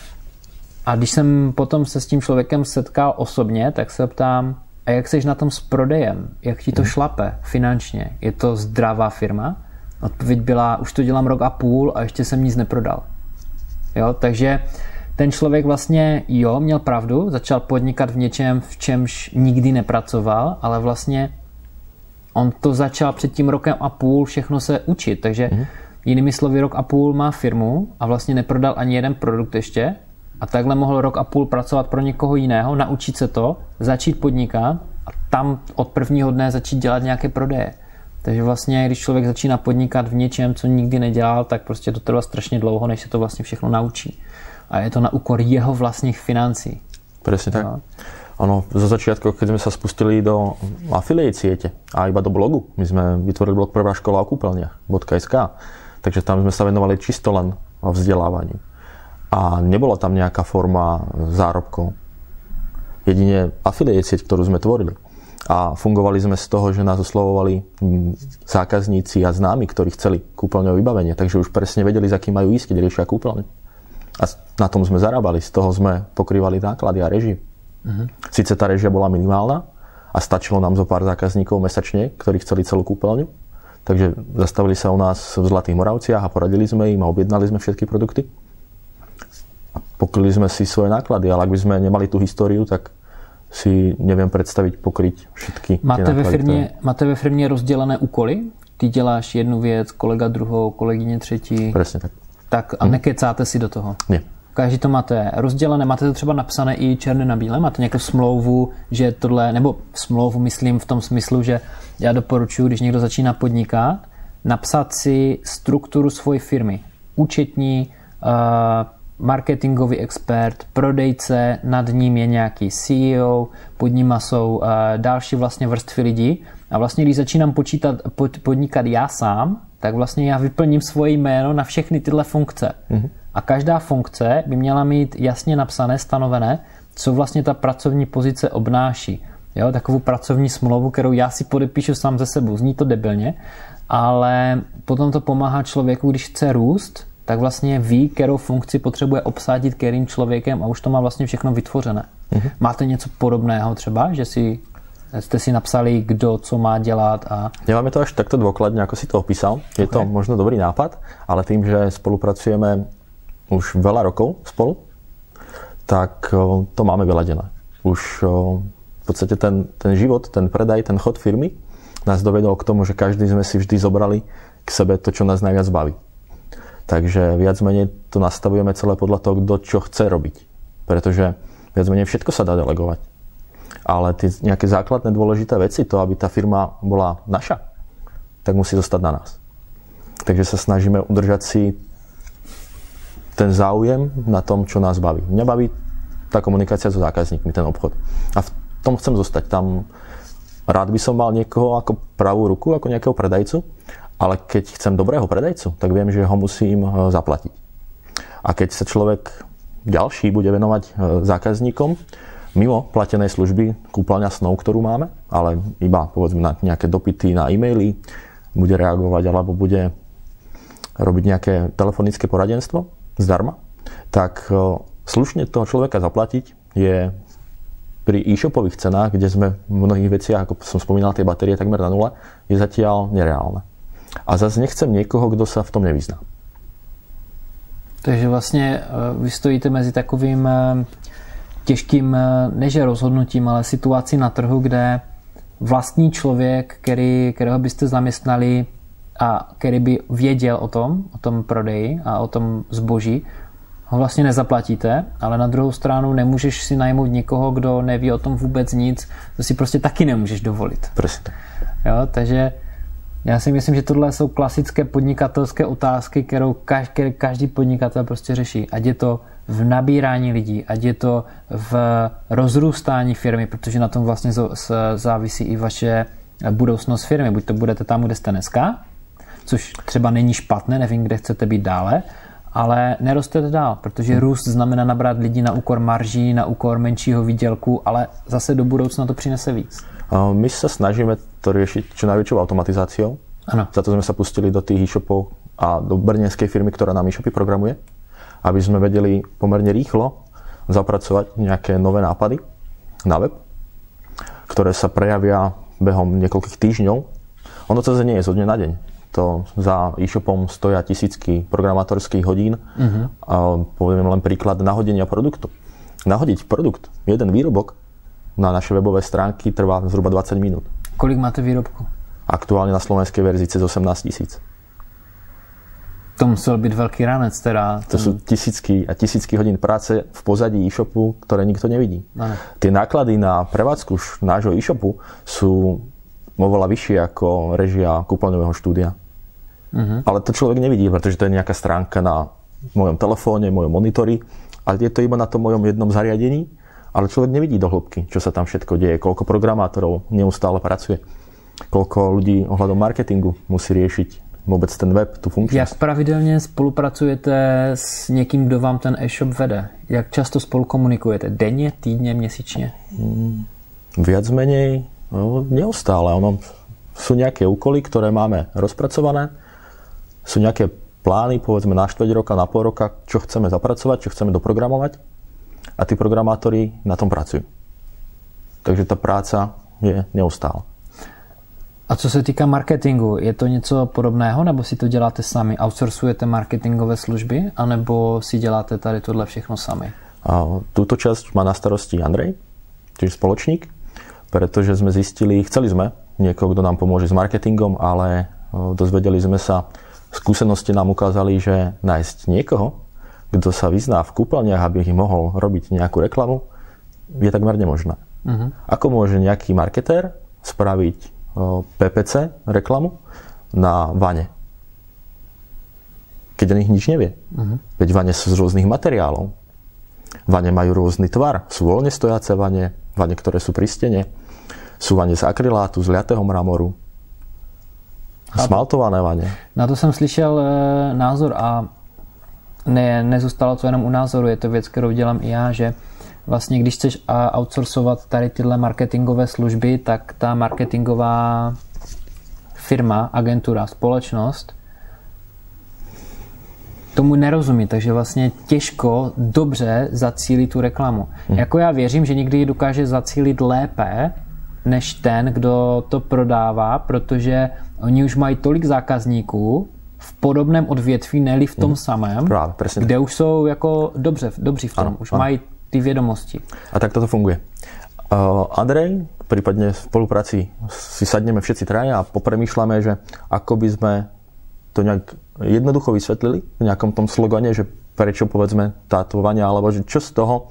A když jsem potom se s tím člověkem setkal osobně, tak se ptám, a jak seš na tom s prodejem? Jak ti to šlape finančně? Je to zdravá firma? Odpověď byla, už to dělám rok a půl a ještě jsem nic neprodal. Jo, takže ten člověk vlastně, měl pravdu, začal podnikat v něčem, v čemž nikdy nepracoval, ale vlastně on to začal před tím rokem a půl všechno se učit. Takže jinými slovy, rok a půl má firmu a vlastně neprodal ani jeden produkt ještě a takhle mohl rok a půl pracovat pro někoho jiného, naučit se to, začít podnikat a tam od prvního dne začít dělat nějaké prodeje. Takže vlastně, když člověk začíná podnikat v něčem, co nikdy nedělal, tak prostě to trvá strašně dlouho, než se to vlastně všechno naučí. A je to na úkor jeho vlastních financí. Presne tak. Ono, zo začiatku, keď sme sa spustili do affiliate siete a iba do blogu, my sme vytvorili blog Prvá škola o kúpeľniach.sk, takže tam sme sa venovali čisto len o vzdelávaní. A nebola tam nejaká forma zárobkov. Jedine affiliate sieť, ktorú sme tvorili. A fungovali sme z toho, že nás oslovovali zákazníci a známi, ktorí chceli kúpeľňové vybavenie, takže už presne vedeli, za kým majú ísť, keď riešia kúpeľne. A na tom sme zarábali, z toho sme pokrývali náklady a režii. Sice tá režia bola minimálna a stačilo nám zo pár zákazníkov mesačne, ktorí chceli celú kúpeľňu, takže zastavili sa u nás v Zlatých Moravciach a poradili sme im a objednali sme všetky produkty. A pokryli sme si svoje náklady, ale ak by sme nemali tú históriu, tak si neviem predstaviť pokryť všetky máte tie náklady. Máte ve firmě rozdělené úkoly? Ty děláš jednu věc, kolega druhou, kolegyně třetí. Presne tak. Tak a nekecáte si do toho? Nie. Každý to máte rozdělené, máte to třeba napsané i černé na bílé? Máte nějakou smlouvu, že tohle, nebo smlouvu myslím v tom smyslu, že já doporučuji, když někdo začíná podnikat, napsat si strukturu svojí firmy. Účetní, marketingový expert, prodejce, nad ním je nějaký CEO, pod nima jsou další vlastně vrstvy lidí a vlastně když začínám podnikat já sám, tak vlastně já vyplním svoje jméno na všechny tyhle funkce. A každá funkce by měla mít jasně napsané, stanovené, co vlastně ta pracovní pozice obnáší. Jo, takovou pracovní smlouvu, kterou já si podepíšu sám ze sebou. Zní to debilně, ale potom to pomáhá člověku, když chce růst, tak vlastně ví, kterou funkci potřebuje obsadit kterým člověkem a už to má vlastně všechno vytvořené. Máte něco podobného třeba, že jste si napsali, kdo co má dělat a... Nemáme to až takto dôkladne, ako si to opísal. Je to možno dobrý nápad, ale tým, že spolupracujeme už veľa rokov spolu, tak to máme vyladené. Už v podstate ten život, ten predaj, ten chod firmy nás dovedol k tomu, že každý sme si vždy zobrali k sebe to, čo nás najviac baví. Takže viac menej to nastavujeme celé podľa toho, kto čo chce robiť. Pretože viac menej všetko sa dá delegovať. Ale tie nejaké základné dôležité veci, to, aby tá firma bola naša, tak musí zostať na nás. Takže sa snažíme udržať si ten záujem na tom, čo nás baví. Mňa baví tá komunikácia so zákazníkmi, ten obchod. A v tom chcem zostať. Tam rád by som mal niekoho ako pravú ruku, ako nejakého predajcu, ale keď chcem dobrého predajcu, tak viem, že ho musím zaplatiť. A keď sa človek ďalší bude venovať zákazníkom, mimo platenej služby kúpeľňa snov, ktorú máme, ale iba povedzme na nejaké dopyty na e-maily, bude reagovať alebo bude robiť nejaké telefonické poradenstvo zdarma, tak slušne toho človeka zaplatiť je pri e-shopových cenách, kde sme v mnohých veciach, ako som spomínal, tie batérie takmer na nule, je zatiaľ nereálne. A zase nechcem niekoho, kto sa v tom nevyzná. Takže vlastně vy stojíte mezi takovým těžkým, než rozhodnutím, ale situací na trhu, kde vlastní člověk, kterého byste zaměstnali a který by věděl o tom prodeji a o tom zboží, ho vlastně nezaplatíte, ale na druhou stranu nemůžeš si najmout někoho, kdo neví o tom vůbec nic, to si prostě taky nemůžeš dovolit. Prostě. Jo, takže já si myslím, že tohle jsou klasické podnikatelské otázky, kterou každý podnikatel prostě řeší. Ať je to v nabírání lidí, ať je to v rozrůstání firmy, protože na tom vlastně závisí i vaše budoucnost firmy. Buď to budete tam, kde jste dneska, což třeba není špatné, nevím, kde chcete být dále, ale nerostete dál, protože růst znamená nabrat lidi na úkor marží, na úkor menšího výdělku, ale zase do budoucna to přinese víc. My sa snažíme to riešiť čo najväčšou automatizáciou. Ano. Za to sme sa pustili do tých e-shopov a do brněnskej firmy, ktorá nám e-shopy programuje, aby sme vedeli pomerne rýchlo zapracovať nejaké nové nápady na web, ktoré sa prejavia behom niekoľkých týždňov. Ono to nie je zo dňa na deň. To za e-shopom stoja tisícky programátorských hodín. A poviem len príklad nahodenia produktu. Nahodiť produkt, jeden výrobok na naše webové stránky trvá zhruba 20 minút. Kolik máte výrobku? Aktuálne na slovenskej verzii cez 18 000. To musel byť veľký ranec teda. To sú tisícky a tisícky hodín práce v pozadí e-shopu, ktoré nikto nevidí. Tie náklady na prevádzku nášho e-shopu sú oveľa vyššie ako režia kúpeľňového štúdia. Ale to človek nevidí, pretože to je nejaká stránka na mojom telefóne, mojom monitori a je to iba na tom mojom jednom zariadení, ale človek nevidí do hĺbky, čo sa tam všetko deje, koľko programátorov neustále pracuje, koľko ľudí ohľadom marketingu musí riešiť vůbec ten web, tu funkčnost. Jak pravidelně spolupracujete s někým, kdo vám ten e-shop vede? Jak často spolu komunikujete? Denně, týdně, měsíčně? Viac menej, neustále. Sú nejaké úkoly, ktoré máme rozpracované. Sú nejaké plány, povedzme na 4 roka, na pol roka, čo chceme zapracovať, čo chceme doprogramovať. A tí programátori na tom pracujú. Takže tá práca je neustála. A co se týká marketingu, je to něco podobného, nebo si to děláte sami? Outsourcujete marketingové služby, anebo si děláte tady tohle všechno sami? Túto časť má na starosti Andrej, čiže spoločník, pretože sme zistili, chceli sme niekoho, kto nám pomôže s marketingom, ale dozvedeli sme sa, skúsenosti nám ukázali, že nájsť niekoho, kto sa vyzná v kúpeľniach, aby ich mohol robiť nejakú reklamu, je takmer nemožné. Ako môže nejaký marketér spraviť PPC reklamu na vane? Keď o nich nič nevie. Veď vane sú z rôznych materiálov. Vane majú rôzny tvar. Sú voľne stojace vane, ktoré sú pri stene. Sú vane z akrylátu, z ľatého mramoru. Smaltované vane. Na to jsem slyšel názor a nezůstalo to jenom u názoru, je to věc, kterou dělám i já, že vlastně když chceš outsourcovat tady tyhle marketingové služby, tak ta marketingová firma, agentura, společnost tomu nerozumí, takže vlastně těžko dobře zacílit tu reklamu. Jako já věřím, že někdy ji dokáže zacílit lépe než ten, kdo to prodává, protože oni už mají tolik zákazníků v podobném odvětví, ne-li v tom samém, kde už jsou jako dobří v tom, už mají ty vědomosti. A tak toto funguje. Andrej, prípadne v spolupráci si sadneme všetci traja a popremýšľame, že ako by sme to nejak jednoducho vysvetlili v nejakom tom slogane, že prečo povedzme táto vania, alebo že čo z toho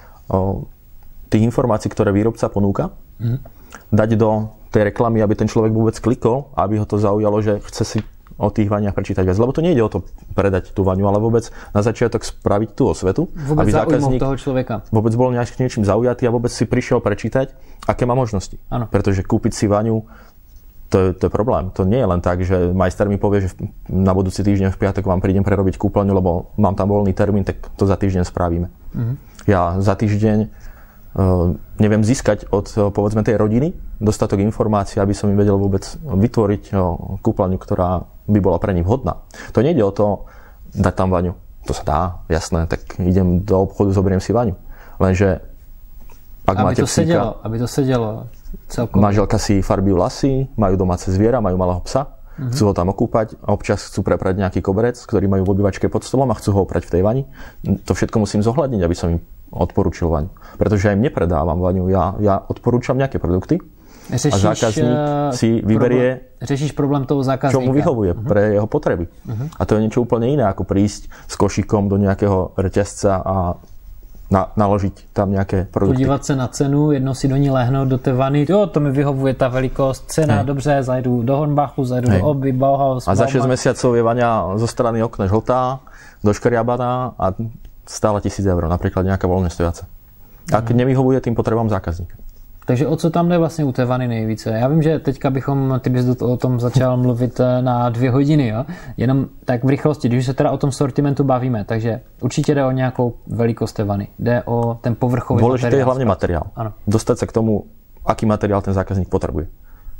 tých informácií, ktoré výrobca ponúka, dať do tej reklamy, aby ten človek vôbec klikol, aby ho to zaujalo, že chce si o tých vaniach prečítať viac. Lebo to nejde o to predať tú vaňu, ale vôbec na začiatok spraviť tú osvetu, vôbec aby zákazník toho človeka vôbec bol niečím zaujatý a vôbec si prišiel prečítať, aké má možnosti. Ano. Pretože kúpiť si vaňu, to je problém. To nie je len tak, že majster mi povie, že na budúci týždeň v piatok vám prídem prerobiť kúpeľňu, lebo mám tam voľný termín, tak to za týždeň spravíme. Ja za týždeň neviem získať od povedzme tej rodiny dostatok informácií, aby som im vedel vôbec vytvoriť kúpeľňu, ktorá by bola pre nich vhodná. To nejde o to dať tam vaňu. To sa dá, jasné, tak idem do obchodu, zoberiem si vaňu. Lenže ak aby máte to psíka, aby to sedelo celkom. Manželka si farbí vlasy, majú domáce zviera, majú malého psa, chcú ho tam okúpať a občas chcú preprať nejaký koberec, ktorý majú v obývačke pod stolom a chcú ho oprať v tej vani. To všetko musím zohľadniť, aby som im odporúčil vaňu. Pretože aj im nepredávam vaňu. Ja odporúčam nejaké produkty a zákazník si vyberie, řešíš problém toho zákazníka. Čo mu vyhovuje pre jeho potreby. A to je niečo úplne iné, ako prísť s košíkom do nejakého reťazca a naložiť tam nejaké produkty. Podívat se na cenu, jedno si do ní lehnout do té vany, jo, to mi vyhovuje ta velikost, cena, dobře, zajdu do Hornbachu, zajdu do Oby, Bauhaus. A za 6 mesiacov je vaňa zo strany okna žltá, doškriabaná a stála 1000 €, napríklad nejaká voľne stojaca. Tak nevyhovuje tým potrebám zákazníka. Takže o co tam jde vlastně u té vany nejvíce? Já vím, že teďka ty bys o tom začal mluvit na 2 hodiny, jo? Jenom tak v rychlosti, když se teda o tom sortimentu bavíme, takže určitě jde o nějakou velikost té vany, jde o ten povrchový materiál. Dôležité je hlavne materiál. Ano. Dostať sa k tomu, aký materiál ten zákazník potrebuje.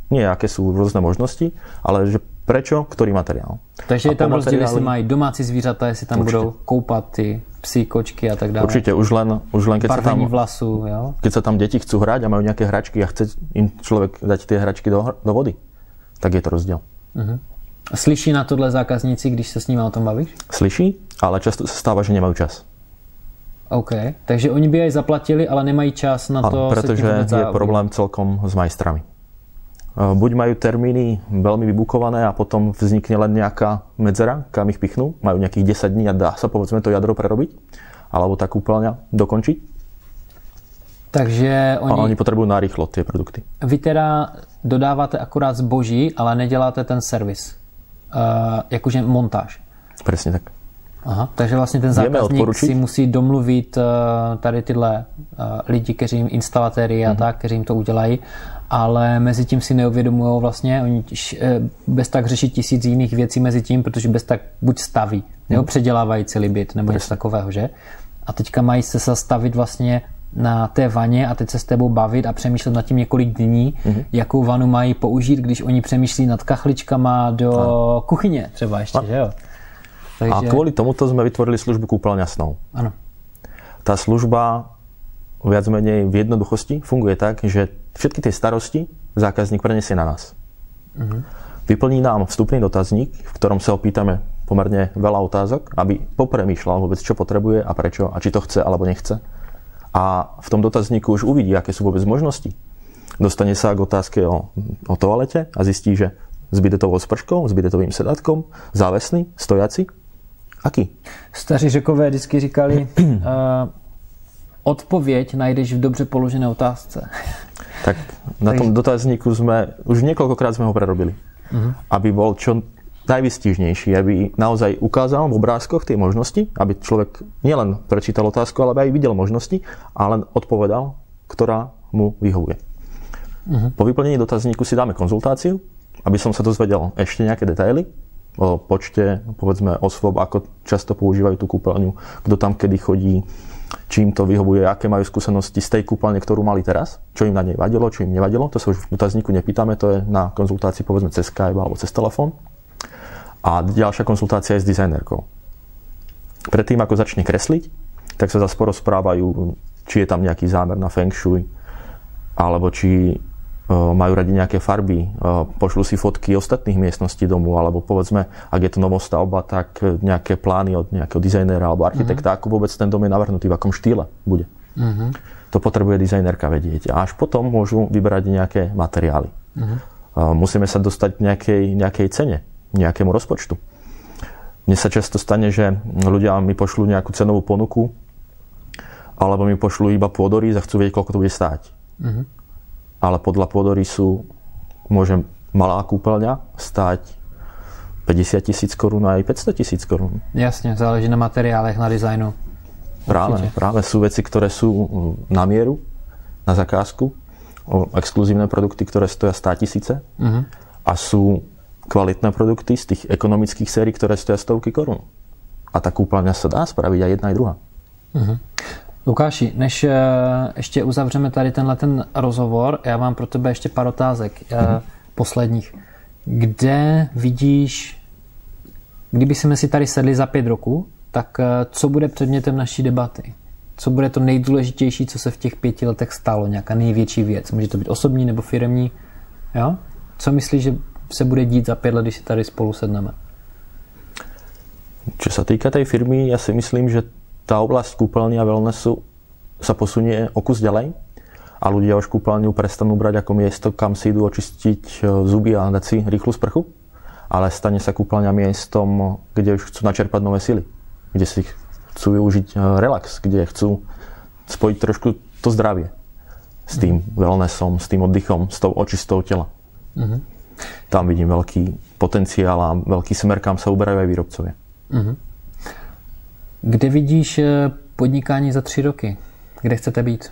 Nie, aké sú rôzne možnosti, ale že prečo, ktorý materiál. Takže je tam rozdíl, jestli mají domácí zvířata, jestli tam budou koupat ty psy, kočky a tak dále. Určite, už len keď sa tam vlasu, jo? Keď sa tam deti chcú hrať a majú nejaké hračky a chce im človek dať tie hračky do vody, tak je to rozdiel. Slyší na tohle zákazníci, když se s nimi o tom bavíš? Slyší, ale často sa stáva, že nemajú čas. OK, takže oni by aj zaplatili, ale nemají čas na to. Pretože je problém celkom s majstrami. Buď majú termíny veľmi vybukované a potom vznikne len nejaká medzera, kam ich pichnú, majú nejakých 10 dní a dá sa povedzme to jadro prerobiť, alebo tá kúpeľňa dokončiť. Takže oni potrebujú narýchlo tie produkty. Vy teda dodáváte akurát zboží, ale neděláte ten servis. Jakože montáž. Presne tak. Aha, takže vlastně ten zákazník si musí domluvit tady tyhle lidi, kteří jim instalatéry a tak, kteří jim to udělají, ale mezi tím si neuvědomují vlastně, oni bez tak řeší 1000 jiných věcí mezi tím, protože bez tak buď staví, nebo předělávají celý byt, nebo něco takového, že? A teďka mají se zastavit vlastně na té vaně a teď se s tebou bavit a přemýšlet nad tím několik dní, jakou vanu mají použít, když oni přemýšlí nad kachličkama do kuchyně třeba ještě, že jo? Takže... A kvôli tomuto sme vytvorili službu kúpeľňa snov. Áno. Tá služba viac menej v jednoduchosti funguje tak, že všetky tie starosti zákazník prenesie na nás. Vyplní nám vstupný dotazník, v ktorom sa opýtame pomerne veľa otázok, aby popremýšľal vôbec, čo potrebuje a prečo a či to chce alebo nechce. A v tom dotazníku už uvidí, aké sú vôbec možnosti. Dostane sa k otázke o toalete a zistí, že s bidetovou sprškou, s bidetovým sedátkom, závesný, stojaci. Aký? Staří Řekové vždycky říkali, odpověď najdeš v dobře položené otázce. Tak na tom dotazníku sme, už niekoľkokrát sme ho prerobili. Aby bol čo najvystížnejší, aby naozaj ukázal v obrázkoch tie možnosti, aby človek nielen prečítal otázku, ale aj videl možnosti a len odpovedal, ktorá mu vyhovuje. Po vyplnení dotazníku si dáme konzultáciu, aby som sa dozvedel ešte nejaké detaily o počte, povedzme, osôb, ako často používajú tú kúpeľňu, kto tam kedy chodí, čím to vyhovuje, aké majú skúsenosti z tej kúpeľne, ktorú mali teraz, čo im na nej vadilo, čo im nevadilo. To sa už v dotazníku nepýtame, to je na konzultácii povedzme cez Skype alebo cez telefón. A ďalšia konzultácia je s dizajnerkou. Predtým, ako začne kresliť, tak sa zase porozprávajú, či je tam nejaký zámer na feng shui, alebo či majú radi nejaké farby, pošlú si fotky ostatných miestností domu, alebo povedzme, ak je to novostavba, tak nejaké plány od nejakého dizajnéra alebo architekta, ako vôbec ten dom je navrhnutý, v akom štýle bude. To potrebuje dizajnérka vedieť. A až potom môžu vyberať nejaké materiály. Musíme sa dostať k nejakej cene, nejakému rozpočtu. Mne sa často stane, že ľudia mi pošlú nejakú cenovú ponuku, alebo mi pošlú iba pôdorys a chcú vedieť, koľko to bude stáť. Ale podľa pôdorysu môže malá kúpeľňa stáť 50 000 korún aj 500 000 korún. Jasne, záleží na materiálech, na dizajnu. Práve sú veci, ktoré sú na mieru, na zakázku, exkluzívne produkty, ktoré stoja 100 000 a sú kvalitné produkty z tých ekonomických sérií, ktoré stoja stovky korún. A tá kúpeľňa sa dá spraviť aj jedna, aj druhá. Lukáši, než ještě uzavřeme tady ten rozhovor, já mám pro tebe ještě pár otázek posledních. Kde vidíš, kdyby jsme si tady sedli za 5 roků, tak co bude předmětem naší debaty? Co bude to nejdůležitější, co se v těch 5 letech stalo? Nějaká největší věc? Může to být osobní nebo firemní? Jo? Co myslíš, že se bude dít za 5 let, když si tady spolu sedneme? Čo sa týka tej firmy, ja si myslím, že tá oblasť kúpeľní a wellnessu sa posunie o kus ďalej a ľudia už kúpeľňu prestanú brať ako miesto, kam si idú očistiť zuby a dať si rýchlu sprchu, ale stane sa kúpeľňa miestom, kde už chcú načerpať nové sily, kde si chcú využiť relax, kde chcú spojiť trošku to zdravie s tým wellnessom, s tým oddychom, s tou očistou tela. Tam vidím veľký potenciál a veľký smer, kam sa uberajú aj výrobcovia. Kde vidíš podnikání za 3 roky? Kde chcete být?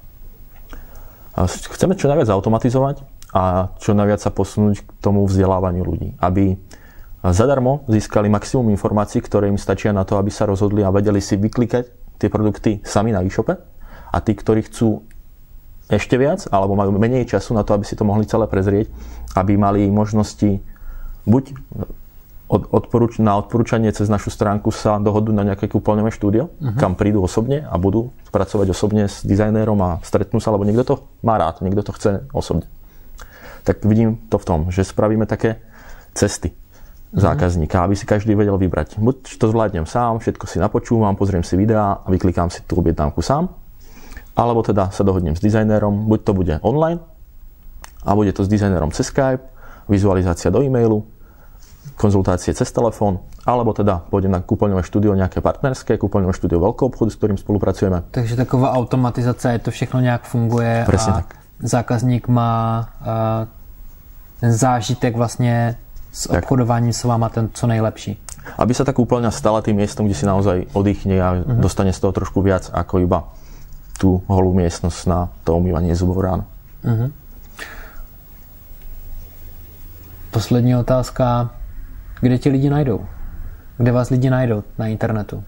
Chceme čo najviac automatizovať a čo najviac sa posunúť k tomu vzdelávaniu ľudí. Aby zadarmo získali maximum informácií, ktoré im stačia na to, aby sa rozhodli a vedeli si vyklikať tie produkty sami na e-shope. A tí, ktorí chcú ešte viac, alebo majú menej času na to, aby si to mohli celé prezrieť, aby mali možnosti buď na odporúčanie cez našu stránku sa dohodnú na nejaké kúpeľňové štúdio, kam prídu osobne a budú pracovať osobne s dizajnérom a stretnú sa, lebo niekto to má rád, niekto to chce osobne. Tak vidím to v tom, že spravíme také cesty zákazníka, aby si každý vedel vybrať. Buď to zvládnem sám, všetko si napočúvam, pozriem si videá a vyklikám si tú objednávku sám, alebo teda sa dohodnem s dizajnérom, buď to bude online a bude to s dizajnérom cez Skype, vizualizácia do e-mailu, konzultácie cez telefón, alebo teda pôjdem na kúpeľňové štúdio nejaké partnerské, kúpeľňové štúdio veľkého obchodu, s ktorým spolupracujeme. Takže taková automatizace, to všechno nějak funguje. Presne a tak. Zákazník má ten zážitek vlastně s obchodováním s váma ten co nejlepší. Aby sa tá kúpeľňa stala tým miestom, kde si naozaj oddychne a dostane z toho trošku viac ako iba tú holú miestnosť na to umývanie zubov ráno. Poslední otázka. Kde ti lidi najdou? Kde vás lidi najdou na internetu?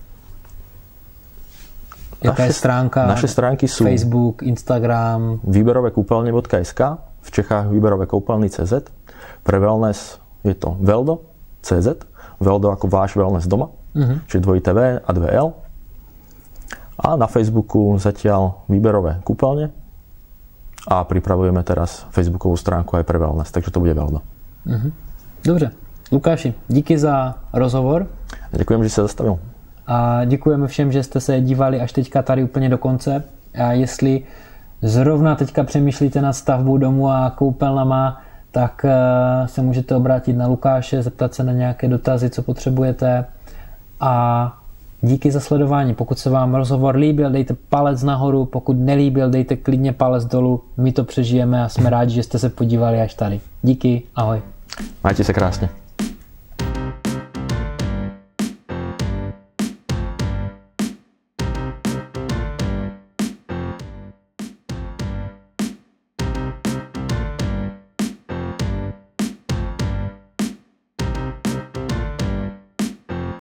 Jaká je stránka? Naše stránky sú Facebook, Instagram. výberovékúpeľne.sk, v Čechách výberovékúpeľny.cz, pre wellness je to veldo.cz, veldo ako váš wellness doma, čiže dvojité V a dve L. A na Facebooku zatiaľ výberové kúpeľne a pripravujeme teraz facebookovú stránku aj pre wellness, takže to bude veldo. Dobře. Lukáši, díky za rozhovor. Děkujem, že se zastavil. A děkujeme všem, že jste se dívali až teďka tady úplně do konce. A jestli zrovna teďka přemýšlíte nad stavbou domu a koupelnama, tak se můžete obrátit na Lukáše, zeptat se na nějaké dotazy, co potřebujete. A díky za sledování. Pokud se vám rozhovor líbil, dejte palec nahoru, pokud nelíbil, dejte klidně palec dolů. My to přežijeme a jsme rádi, že jste se podívali až tady. Díky, ahoj. Majte se krásně.